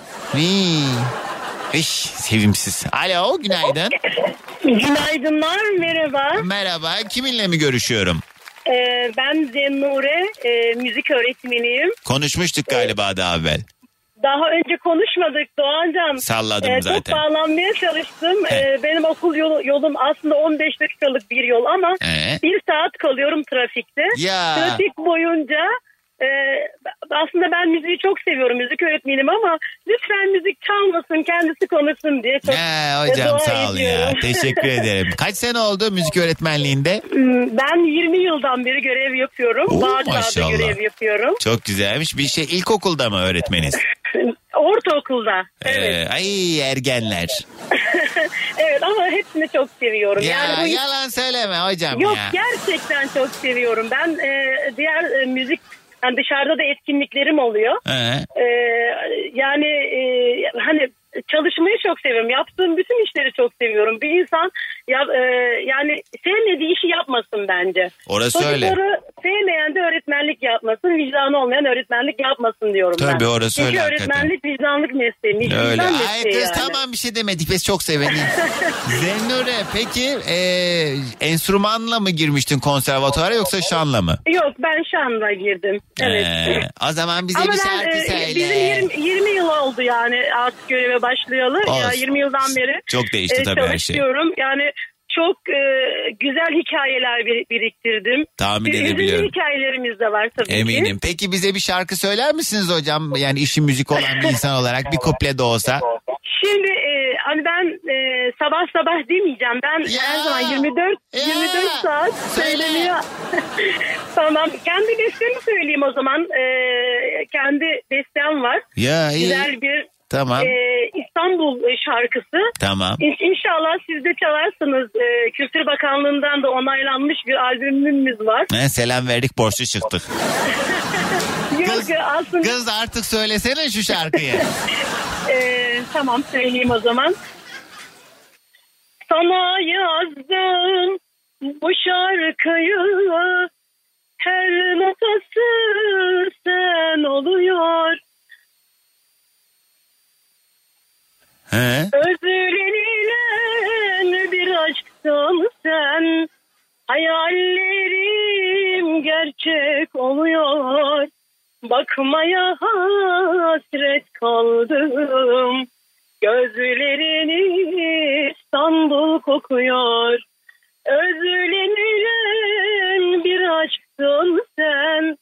Sevimsiz. Alo, günaydın. Günaydınlar, merhaba. Merhaba, kiminle mi görüşüyorum? Ben Zennure, müzik öğretmeniyim. Konuşmuştuk galiba daha evvel. Daha önce konuşmadık Doğancan. Salladım zaten. Çok bağlanmaya çalıştım. Benim okul yolum aslında 15 dakikalık bir yol ama 1 saat kalıyorum trafikte. Ya. Trafik boyunca aslında ben müziği çok seviyorum, müzik öğretmenim ama lütfen müzik çalmasın, kendisi konuşsun diye çok hocam sağ ol ya, teşekkür ederim. Kaç sene oldu müzik öğretmenliğinde? Ben 20 yıldan beri görev yapıyorum. Bağcılar'da görev yapıyorum. Çok güzelmiş. Bir şey, ilkokulda mı öğretmeniz? Ortaokulda. Evet. Ay ergenler. Evet ama hepsini çok seviyorum. Ya yani yalan söyleme hocam. Yok ya. Gerçekten çok seviyorum. Ben diğer müzik, yani dışarıda da etkinliklerim oluyor. Yani hani çalışmayı çok seviyorum. Yaptığım bütün işleri çok seviyorum. Bir insan yani sevmediği işi yapmasın bence. Orası öyle. Çocukları sevmeyen de öğretmenlik yapmasın, vicdanı olmayan öğretmenlik yapmasın diyorum ben. Tabii orası çünkü öyle öğretmenlik vicdanlık mesleği. Öyle. Ay kız yani. Tamam bir şey demedik, biz çok seveniz. Zennure peki enstrümanla mı girmiştin konservatuara yoksa şanla mı? Yok, ben şanla girdim. Evet. O zaman bize ama bir şarkı söyle. Bizim 20 yıl oldu yani artık göreve başlayalı. Ya 20 yıldan beri çok değişti tabii her şey. Yani çok güzel hikayeler biriktirdim. Tahmin edebiliyorum. Hikayelerimiz de var tabii Eminim. ki. Peki bize bir şarkı söyler misiniz hocam? Yani işi müzik olan bir insan olarak bir kuple de olsa. Şimdi hani ben sabah sabah demeyeceğim. Ben her zaman 24 saat söyleniyor. Tamam. Kendi bestemi söyleyeyim o zaman. Kendi bestem var. Ya iyi. Güzel bir tamam. İstanbul şarkısı. Tamam. İnşallah siz de çalarsınız. Kültür Bakanlığı'ndan da onaylanmış bir albümümüz var. Selam verdik, borçlu çıktık. Yok, aslında... Kız artık söylesene şu şarkıyı. Tamam, söyleyeyim o zaman. Sana yazdım bu şarkıyı, her notası sen oluyor. Özlenilen bir aşksın sen, hayallerim gerçek oluyor. Bakmaya hasret kaldım, gözlerini İstanbul kokuyor. Özlenilen bir aşksın sen,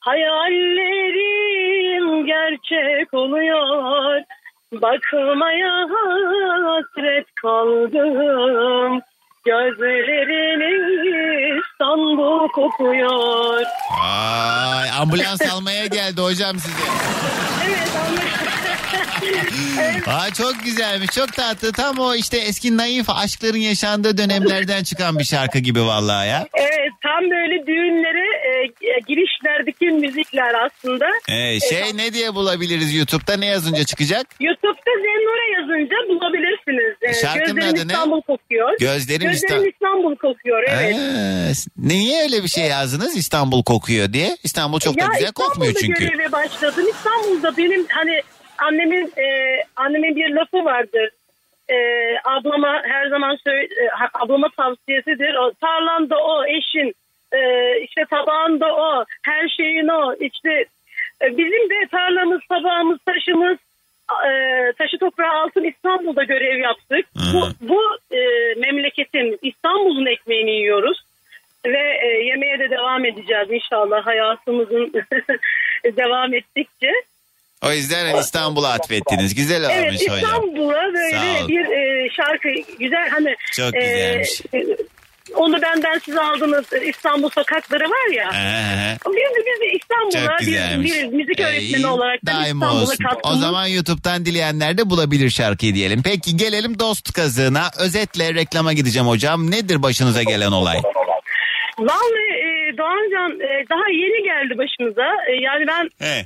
hayallerim gerçek oluyor. Bakmaya hasret kaldım, gözlerini İstanbul kokuyor. Ay, ambulans almaya geldi hocam size. Evet, evet. Aa, çok güzelmiş, çok tatlı. Tam o işte eski naif aşkların yaşandığı dönemlerden çıkan bir şarkı gibi vallahi ya. Evet, tam böyle düğünlere girişlerdeki müzikler aslında. Ne diye bulabiliriz YouTube'da, ne yazınca çıkacak? YouTube'da Zennura yazınca bulabilirsiniz. Şarkının Gözlerim adı ne? İstanbul kokuyor. Gözlerim İstanbul kokuyor, evet. Niye öyle bir şey yazdınız, İstanbul kokuyor diye? İstanbul çok da güzel kokmuyor çünkü. İstanbul'da göreve başladım. İstanbul'da benim annemin bir lafı vardır. Ablama her zaman ablama tavsiyesidir. O, tarlan da o, eşin, işte tabağın da o, her şeyin o. İşte bizim de tarlamız, tabağımız, taşımız, taşı toprağı altın İstanbul'da görev yaptık. Bu memleketin, İstanbul'un ekmeğini yiyoruz. Ve yemeğe de devam edeceğiz inşallah hayatımızın devam ettikçe. O yüzden İstanbul'a atfettiniz. Güzel olmuş evet, hocam. İstanbul'a böyle bir şarkı güzel, hani çok güzelmiş. Onu benden siz aldınız, İstanbul sokakları var ya. Biz de İstanbul'a bir müzik öğretmeni olarak da İstanbul'a katkımız. O zaman YouTube'dan dileyenler de bulabilir şarkıyı diyelim. Peki gelelim dost kazığına. Özetle reklama gideceğim hocam. Nedir başınıza gelen olay? Vallahi Doğancan daha yeni geldi başımıza. Yani ben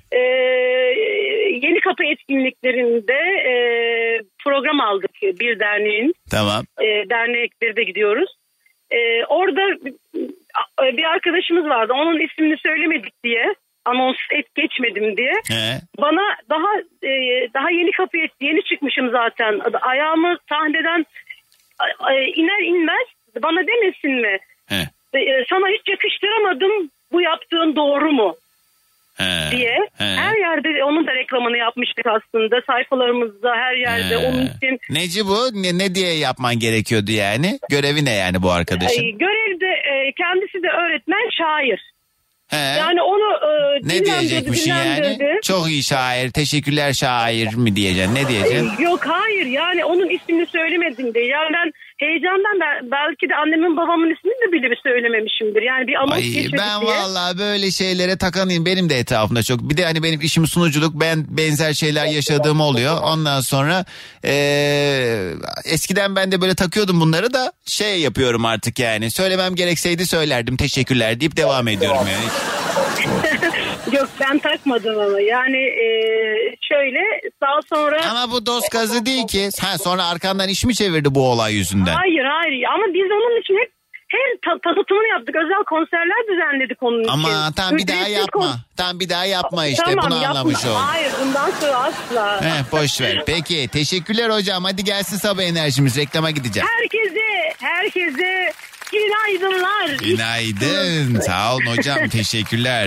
Yeni Kapı etkinliklerinde program aldık bir derneğin. Tamam. Dernekleri de gidiyoruz. Orada bir arkadaşımız vardı. Onun ismini söylemedik diye, anons geçmedim diye. Bana daha Yeni Kapı yeni çıkmışım zaten. Ayağımı sahneden iner inmez bana demesin mi? Sana hiç yakıştıramadım, bu yaptığın doğru mu? Diye. Her yerde onun da reklamını yapmıştık aslında. Sayfalarımızda her yerde onun için. Neci bu? Ne diye yapman gerekiyordu yani? Görevi ne yani bu arkadaşın? Görevde kendisi de öğretmen, şair. Yani onu ne diyecekmişsin yani? Çok iyi şair, teşekkürler şair mi diyeceksin? Ne diyeceksin? Yok hayır, yani onun ismini söylemedim de. Yani ben heyecandan belki de annemin babamın ismini de bile söylememişimdir. Yani bir anons geçmedik ben diye. vallahi böyle şeylere takanayım. Benim de etrafımda çok. Bir de hani benim işim sunuculuk. Ben benzer şeyler yaşadığım oluyor. Ondan sonra eskiden ben de böyle takıyordum bunları da yapıyorum artık yani. Söylemem gerekseydi söylerdim. Teşekkürler deyip devam ediyorum yani. Yok ben takmadım ama yani şöyle daha sonra... Ama bu dost kazı değil ki. Sonra arkandan iş mi çevirdi bu olay yüzünden? Hayır ama biz onun için hep tanıtımını yaptık. Özel konserler düzenledik onun için. Ama tam bir daha yapma. Tam bir daha yapma işte. Tamam, bunu anlamış oldum. Hayır bundan sonra asla. Boş ver. Peki teşekkürler hocam. Hadi gelsin sabah enerjimiz. Reklama gideceğim. Herkese günaydınlar. Günaydın. Sağ olun hocam. Teşekkürler.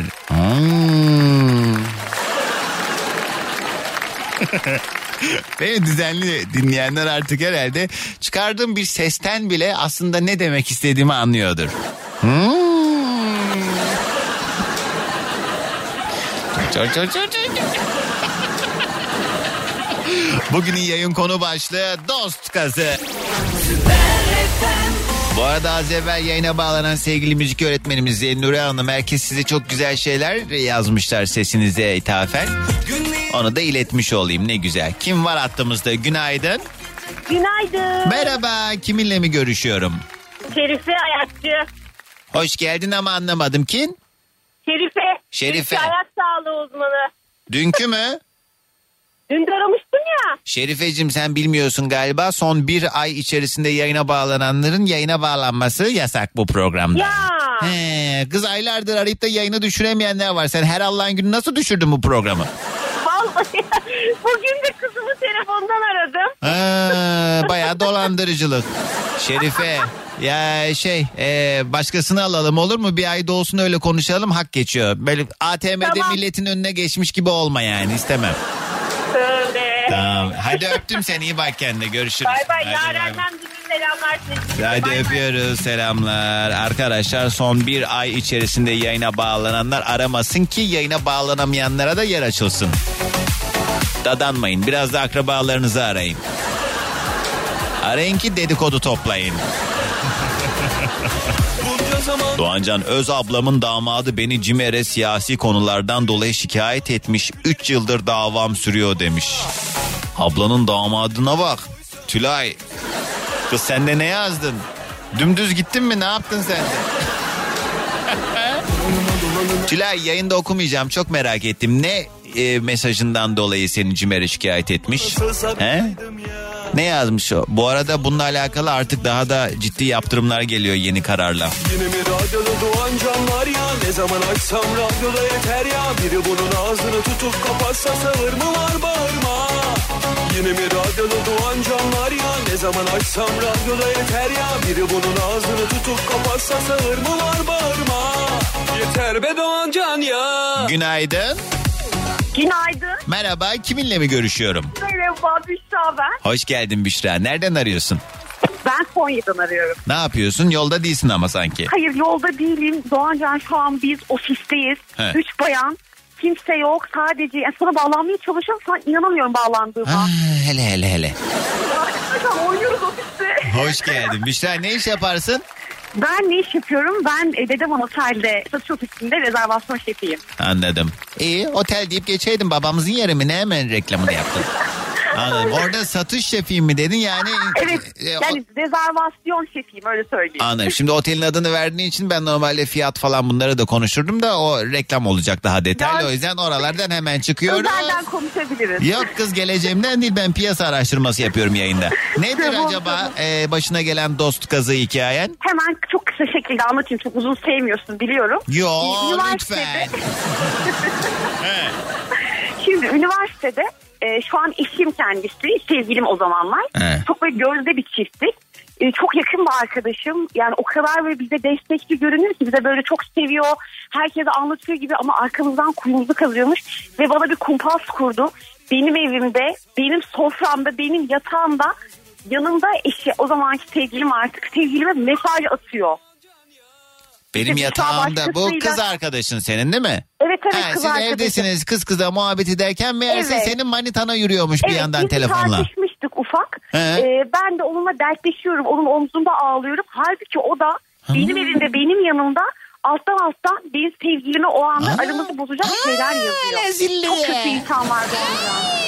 Beni düzenli dinleyenler artık herhalde çıkardığım bir sesten bile aslında ne demek istediğimi anlıyordur. Bugünün yayın konu başlığı dost kazı. Bu arada az evvel yayına bağlanan sevgili müzik öğretmenimiz Nuriye Hanım, herkes size çok güzel şeyler yazmışlar sesinize ithafen. Onu da iletmiş olayım, ne güzel. Kim var hattımızda? Günaydın. Günaydın. Merhaba, kiminle mi görüşüyorum? Şerife Ayakçı. Hoş geldin ama anlamadım, kim? Şerife. Ayak sağlığı uzmanı. Dünkü mü? Dün de aramıştım ya. Şerifeciğim, sen bilmiyorsun galiba, son bir ay içerisinde yayına bağlananların yayına bağlanması yasak bu programda. Ya. Kız aylardır arayıp da yayını düşüremeyenler var. Sen her Allah'ın günü nasıl düşürdün bu programı? Vallahi bugün de kızımı telefondan aradım. Bayağı dolandırıcılık. Şerife ya başkasını alalım olur mu? Bir ay dolsun öyle konuşalım, hak geçiyor. Böyle ATM'de tamam. Milletin önüne geçmiş gibi olma yani, istemem. Tamam. Hadi öptüm seni, iyi bak kendine, görüşürüz. Bay bay. Yaren'den bütün selamlar. Hadi öpüyoruz, selamlar. Arkadaşlar, son bir ay içerisinde yayına bağlananlar aramasın ki yayına bağlanamayanlara da yer açılsın. Dadanmayın, biraz da akrabalarınızı arayın. Arayın ki dedikodu toplayın. Doğancan, Öz ablamın damadı beni CİMER'e siyasi konulardan dolayı şikayet etmiş. 3 yıldır davam sürüyor demiş. Ablanın damadına bak. Tülay. Kız sen de ne yazdın? Dümdüz gittin mi? Ne yaptın sen de? Tülay, yayında okumayacağım. Çok merak ettim. Ne mesajından dolayı seni CİMER'e şikayet etmiş? He? Ne yazmış o? Bu arada bununla alakalı artık daha da ciddi yaptırımlar geliyor yeni kararla. Yine mi radyoda doğan canlar ya? Ne zaman açsam radyoda yeter ya. Biri bunun ağzını tutup kapatsa sağır mı var bağırma. Yine mi radyoda doğan canlar ya? Ne zaman açsam radyoda yeter ya. Biri bunun ağzını tutup kapatsa sağır mı var bağırma. Yeter be Doğan Can ya. Günaydın. Günaydın. Merhaba, kiminle mi görüşüyorum? Merhaba, Büşra ben. Hoş geldin Büşra. Nereden arıyorsun? Ben Konya'dan arıyorum. Ne yapıyorsun? Yolda değilsin ama sanki. Hayır, yolda değilim. Doğancan, şu an biz ofisteyiz. 3 bayan. Kimse yok. Sadece sana bağlanmaya çalışıyorum. Sen inanamıyorum bağlandığıma. Hele. Oynuyoruz ofiste. Hoş geldin Büşra. Ne iş yaparsın? Ben ne iş yapıyorum? Ben Dedeman Otel'de satış ofisinde rezervasyon şefiyim. Anladım. İyi, otel deyip geçeydin, babamızın yeri mi? Ne hemen reklamını yaptın? Anladım. Orada satış şefiyim mi dedin yani? Evet, yani rezervasyon şefiyim, öyle söyleyeyim. Anladım. Şimdi otelin adını verdiğin için ben normalde fiyat falan bunları da konuşurdum da o reklam olacak daha detaylı. O yüzden oralardan hemen çıkıyorum. Özelden konuşabiliriz. Yok kız, geleceğimden değil, ben piyasa araştırması yapıyorum yayında. Nedir acaba başına gelen dost kazı hikayen? Hemen çok kısa şekilde anlatayım. Çok uzun sevmiyorsun biliyorum. Yok lütfen. Şimdi üniversitede şu an eşim kendisi, sevgilim o zamanlar. Çok böyle gözde bir çifttik. Çok yakın bir arkadaşım. Yani o kadar böyle bize destekçi görünüyor ki, bize böyle çok seviyor. Herkese anlatıyor gibi ama arkamızdan kuyumuzu kazıyormuş. Ve bana bir kumpas kurdu. Benim evimde, benim soframda, benim yatağımda, yanımda eşi, o zamanki sevgilim, artık sevgilime mesaj atıyor. Benim yatağımda bu kız arkadaşın senin değil mi? Evet kız siz arkadaşım. Evdesiniz, kız kıza muhabbet ederken meğerse senin manitana yürüyormuş bir yandan telefonla. Evet, biz tartışmıştık ufak. Ben de onunla dertleşiyorum, onun omzunda ağlıyorum. Halbuki o da benim evimde, benim yanımda alttan benim sevgilime o anda aramızı bozacak şeyler yazıyor. Çok kötü insanlar bence.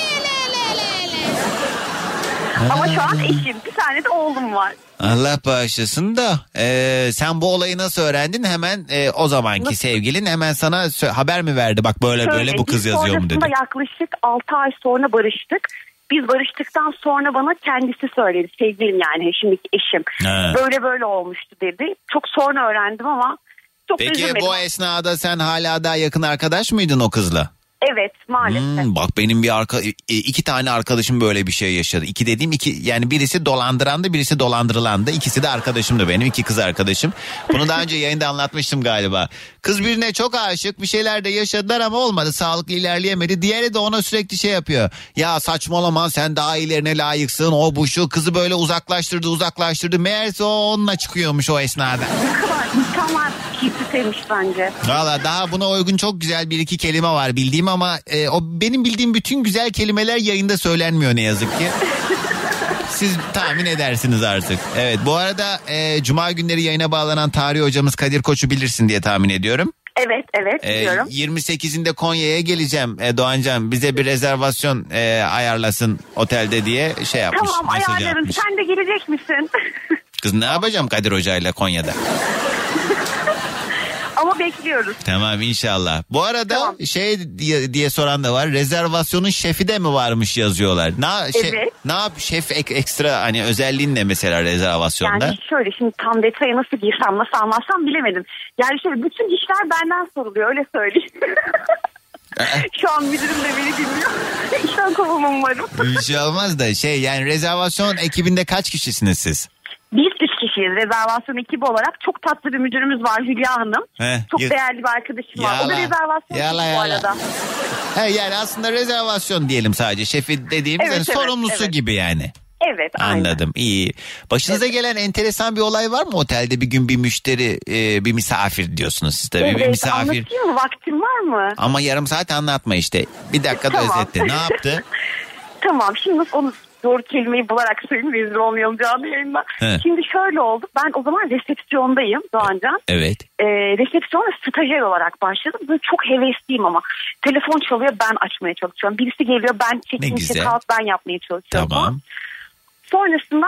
Ama şu an eşim, bir tane de oğlum var. Allah bağışlasın da sen bu olayı nasıl öğrendin? Hemen o zamanki sevgilin hemen sana haber mi verdi? Bak böyle bu kız yazıyor mu dedi. Sonrasında yaklaşık 6 ay sonra barıştık. Biz barıştıktan sonra bana kendisi söyledi. Sevgilim yani, şimdiki eşim. Böyle olmuştu dedi. Çok sonra öğrendim ama çok üzülmedim. Peki bu esnada sen hala daha yakın arkadaş mıydın o kızla? Evet, maalesef. Bak benim iki tane arkadaşım böyle bir şey yaşadı. İki dediğim yani birisi dolandırandı, birisi dolandırılandı. İkisi de arkadaşımdı benim, 2 kız arkadaşım. Bunu daha önce yayında anlatmıştım galiba. Kız birine çok aşık, bir şeyler de yaşadılar ama olmadı, sağlıklı ilerleyemedi. Diğeri de ona sürekli şey yapıyor. Ya saçmalama, sen daha iyilerine layıksın, o bu şu, kızı böyle uzaklaştırdı. Meğerse o onunla çıkıyormuş o esnada. Ne kadar insanlar çiftmiş bence. Valla daha buna uygun çok güzel bir iki kelime var bildiğim ama o benim bildiğim bütün güzel kelimeler yayında söylenmiyor ne yazık ki. Siz tahmin edersiniz artık. Evet, bu arada Cuma günleri yayına bağlanan tarih hocamız Kadir Koç'u bilirsin diye tahmin ediyorum. Evet biliyorum. 28'inde Konya'ya geleceğim Doğancan, bize bir rezervasyon ayarlasın otelde diye şey yapmış. Tamam, ayarlarım. Atmış. Sen de gelecek misin? Kız ne yapacağım Kadir Hoca'yla Konya'da? Ama bekliyoruz. Tamam inşallah. Bu arada tamam. Şey diye soran da var. Rezervasyonun şefi de mi varmış yazıyorlar. Evet. Ne yap şef ekstra hani özelliğin ne mesela rezervasyonda? Yani şöyle, şimdi tam detaya nasıl girsem nasıl anlatsam bilemedim. Yani şöyle bütün işler benden soruluyor, öyle söyleyeyim. Şu an müdürüm de beni dinliyor. İşten kovulmam umarım. Bir şey olmaz da yani rezervasyon ekibinde kaç kişisiniz siz? Biz 3 kişiyiz rezervasyon ekibi olarak. Çok tatlı bir müdürümüz var, Hülya Hanım. Çok değerli bir arkadaşım var. O da rezervasyon ekibi bu arada. Yani aslında rezervasyon diyelim sadece. Şefi dediğimiz sorumlusu gibi yani. Evet, anladım. Aynen. İyi. Başınıza gelen enteresan bir olay var mı otelde? Bir gün bir müşteri, bir misafir diyorsunuz siz tabii. Evet, bir misafir. Anlatayım mı? Vaktin var mı? Ama yarım saat anlatma işte. Bir dakikada özetle. Ne yaptı? Tamam, şimdi onu doğru kelimeyi bularak söyleyeyim, rezil olmayalım canlı yayında. Şimdi şöyle oldu. Ben o zaman resepsiyondayım Doğancan. Evet. Resepsiyona stajyer olarak başladım. Böyle çok hevesliyim ama. Telefon çalıyor, ben açmaya çalışıyorum. Birisi geliyor, ben check-in check-out ben yapmaya çalışıyorum. Tamam. Sonrasında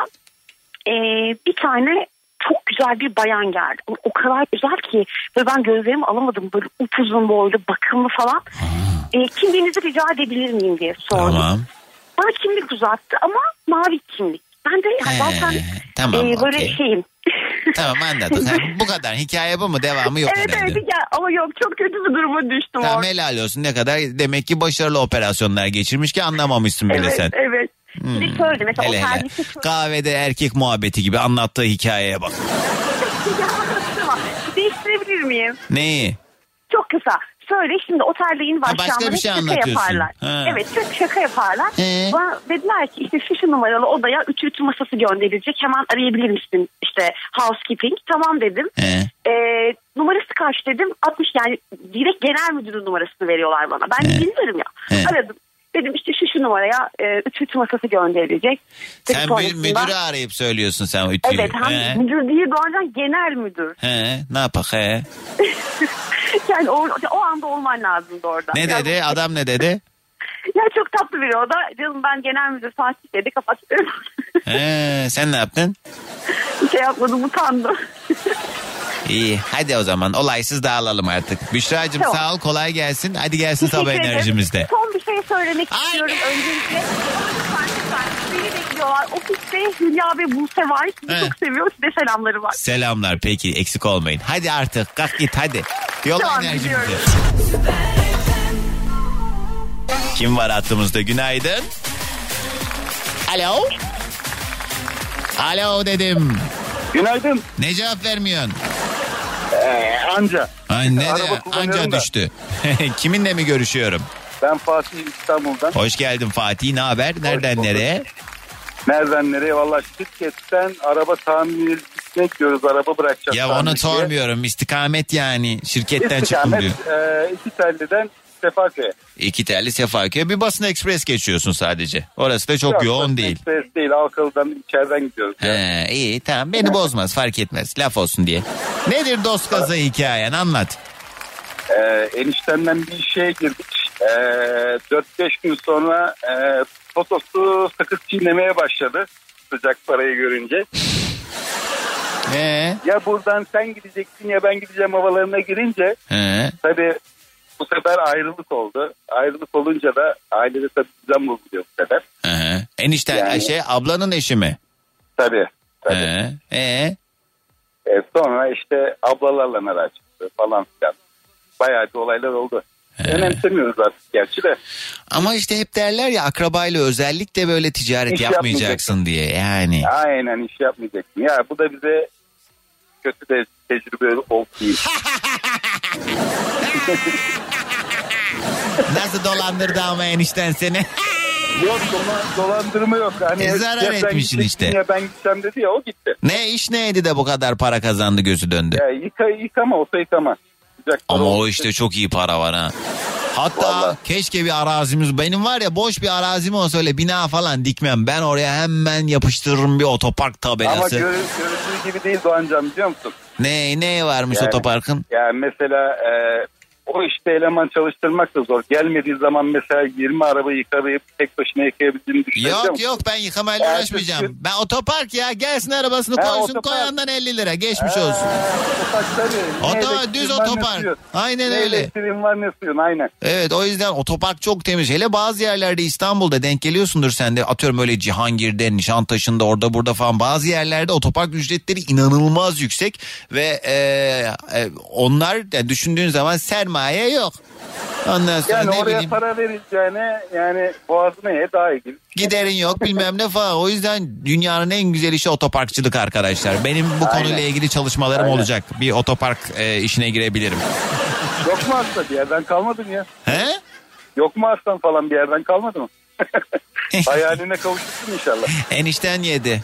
bir tane çok güzel bir bayan geldi. O kadar güzel ki ve ben gözlerimi alamadım. Böyle upuzun boylu, bakımlı falan. Kimliğinizi rica edebilir miyim diye sordum. Tamam. Bana kimlik uzattı ama mavi kimlik. Ben de zaten böyle şeyim. Tamam, anladım. Bu kadar. Hikaye bu mu? Devamı yok herhalde. Evet ama yok, çok kötü bir duruma düştüm. Tamam, helal olsun. Ne kadar demek ki başarılı operasyonlar geçirmiş ki anlamamışsın bile sen. Evet. Bir şöyle mesela hele. Kahvede erkek muhabbeti gibi anlattığı hikayeye bak. Değiştirebilir miyim? Neyi? Çok kısa. Söyle, şimdi otelde yeni başlayanlara şaka yaparlar. Evet, çok şaka yaparlar. Bana dediler ki işte şu numaralı odaya ütü masası gönderilecek. Hemen arayabilir misin? İşte housekeeping. Tamam dedim. Numarası kaç dedim. 60, yani direkt genel müdürün numarasını veriyorlar bana. Ben de bilmiyorum ya. Aradım. Dedim işte şu numaraya ütü masası gönderilecek. Sen müdürü arayıp söylüyorsun sen ütüyü. Evet, müdür değil Doğancan, genel müdür. Ne yapak Yani o anda olman lazımdı orada. Ne dedi? Yani, adam ne dedi? Ya çok tatlı biri o da. Canım ben genel müdür Fatih dedi, kapattım. Sen ne yaptın? Bir şey yapmadım, utandım. İyi, hadi o zaman olaysız dağılalım artık. Büşra'cığım tamam. Sağ ol, kolay gelsin. Hadi gelsin sabah enerjimizde. Son bir şey söylemek istiyorum öncelikle. Beni bekliyorlar. Ofiste Hülya ve Buse var. Sizi çok seviyor. Size selamları var. Selamlar, peki eksik olmayın. Hadi artık kalk git hadi. Yola tamam, enerjimizi. Kim var hattımızda? Günaydın. Alo. Alo dedim. Günaydın. Ne cevap vermiyorsun? Anca. Anca düştü. Kiminle mi görüşüyorum? Ben Fatih, İstanbul'dan. Hoş geldin Fatih. Ne haber? Nereden nereye? Nereden nereye? Vallahi şirketten araba tamircisine gidiyoruz. Araba bırakacağız. Ya onu sormuyorum. İstikamet yani. Şirketten çıktım diyor. İki telliden Sefaköy'e. İki telli Sefaköy'e. Bir Basın Ekspres geçiyorsun sadece. Orası da çok yoğun değil. Ekspres değil. Halkalı'dan içeriden gidiyoruz. Yani. İyi tamam. Beni bozmaz. Fark etmez. Laf olsun diye. Nedir dost kaza hikayen? Anlat. Eniştemden bir işe girdik. 4-5 gün sonra fotosu sakız çiğnemeye başladı. Sıcak parayı görünce. Ya buradan sen gideceksin ya ben gideceğim havalarına girince tabii bu sefer ayrılık oldu. Ayrılık olunca da ailede tabii düzen bozuluyor bu sefer. Enişten yani, ablanın eşi mi? Tabii. Sonra işte ablalarla merak çıktı falan filan. Bayağı bir olaylar oldu. Önemsemiyoruz artık gerçi de. Ama işte hep derler ya akrabayla özellikle böyle ticaret iş yapmayacaksın diye yani. Aynen, iş yapmayacaksın. Ya bu da bize kötü de tecrübe oldu değil. Nasıl dolandırdı ama enişten seni? Yok dolandırma yok. Hani zarar etmişsin işte. Ya ben gideceğim dedi ya, o gitti. Ne iş neydi de bu kadar para kazandı, gözü döndü? Ya yıkama olsa yıkama. Ama o işte çok iyi para var ha. Hatta vallahi. Keşke bir arazimiz, benim var ya, boş bir arazim olsa öyle bina falan dikmem. Ben oraya hemen yapıştırırım bir otopark tabelası. Ama görüldüğü gibi değil Doğancan, biliyor musun? Ne varmış yani, otoparkın? Yani mesela o işte eleman çalıştırmak da zor. Gelmediği zaman mesela 20 arabayı yıkayıp tek başına yıkayabildiğini düşünüyorum. Yok ben yıkamayla uğraşmayacağım. Ben otopark ya, gelsin arabasını koysun, koyandan 50 lira geçmiş olsun. Düz otopark. Aynen öyle. Elektriğin var, ne suyun, aynen. Evet, o yüzden otopark çok temiz. Hele bazı yerlerde, İstanbul'da denk geliyorsundur sen de, atıyorum öyle Cihangir'de, Nişantaşı'nda, orada burada falan, bazı yerlerde otopark ücretleri inanılmaz yüksek ve onlar yani düşündüğün zaman sermaye yok. Ondan sonra yani oraya bileyim, para vereceğine yani boğazına ye daha iyi. Giderin yok bilmem ne falan. O yüzden dünyanın en güzel işi otoparkçılık arkadaşlar. Benim bu konuyla ilgili çalışmalarım olacak. Bir otopark işine girebilirim. Yok mu aslan, bir yerden kalmadın ya? He? Yok mu aslan falan, bir yerden kalmadı mı? Hayaline kavuşursun inşallah. Enişten yedi.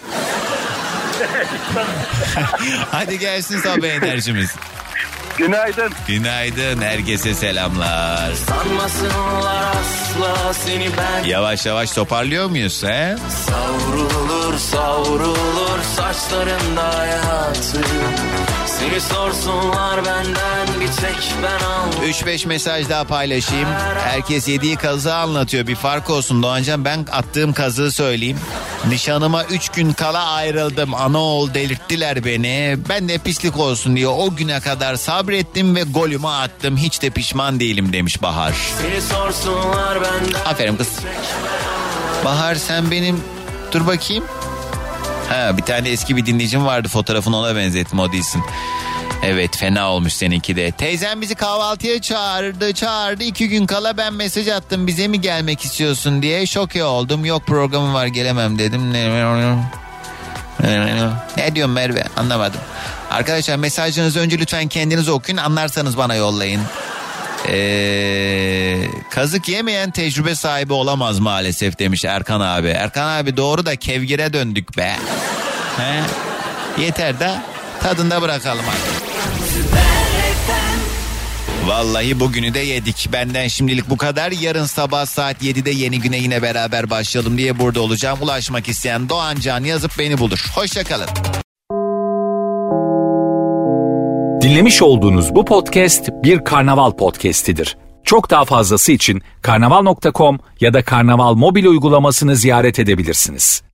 Hadi gelsin sabah enerjimiz. Günaydın. Günaydın. Herkese selamlar. Sanmasınlar asla seni ben. Yavaş yavaş toparlıyor muyuz he? Savrulur saçlarında hayatı. Seni sorsunlar benden, bir tek ben al. 3-5 mesaj daha paylaşayım. Herkes yediği kazığı anlatıyor. Bir fark olsun Doğancan, ben attığım kazığı söyleyeyim. Nişanıma 3 gün kala ayrıldım. Anaoğul delirttiler beni. Ben de pislik olsun diye o güne kadar sabrettim ve golümü attım. Hiç de pişman değilim demiş Bahar. Seni sorsunlar benden. Aferin kız. Bahar sen benim... Dur bakayım. Ha, bir tane eski bir dinleyicim vardı, fotoğrafını ona benzettim, o değilsin. Evet, fena olmuş seninki de. Teyzem bizi kahvaltıya çağırdı. 2 gün kala ben mesaj attım, bize mi gelmek istiyorsun diye. Şoke oldum. Yok programım var, gelemem dedim. Ne diyorsun Merve, anlamadım. Arkadaşlar mesajınızı önce lütfen kendiniz okuyun, anlarsanız bana yollayın. Kazık yemeyen tecrübe sahibi olamaz maalesef demiş Erkan abi. Erkan abi doğru da kevgire döndük be. He? Yeter de tadında bırakalım abi. Vallahi bugünü de yedik. Benden şimdilik bu kadar. Yarın sabah saat 7'de yeni güne yine beraber başlayalım diye burada olacağım. Ulaşmak isteyen Doğancan yazıp beni bulur. Hoşçakalın. Dinlemiş olduğunuz bu podcast bir Karnaval podcastidir. Çok daha fazlası için karnaval.com ya da Karnaval mobil uygulamasını ziyaret edebilirsiniz.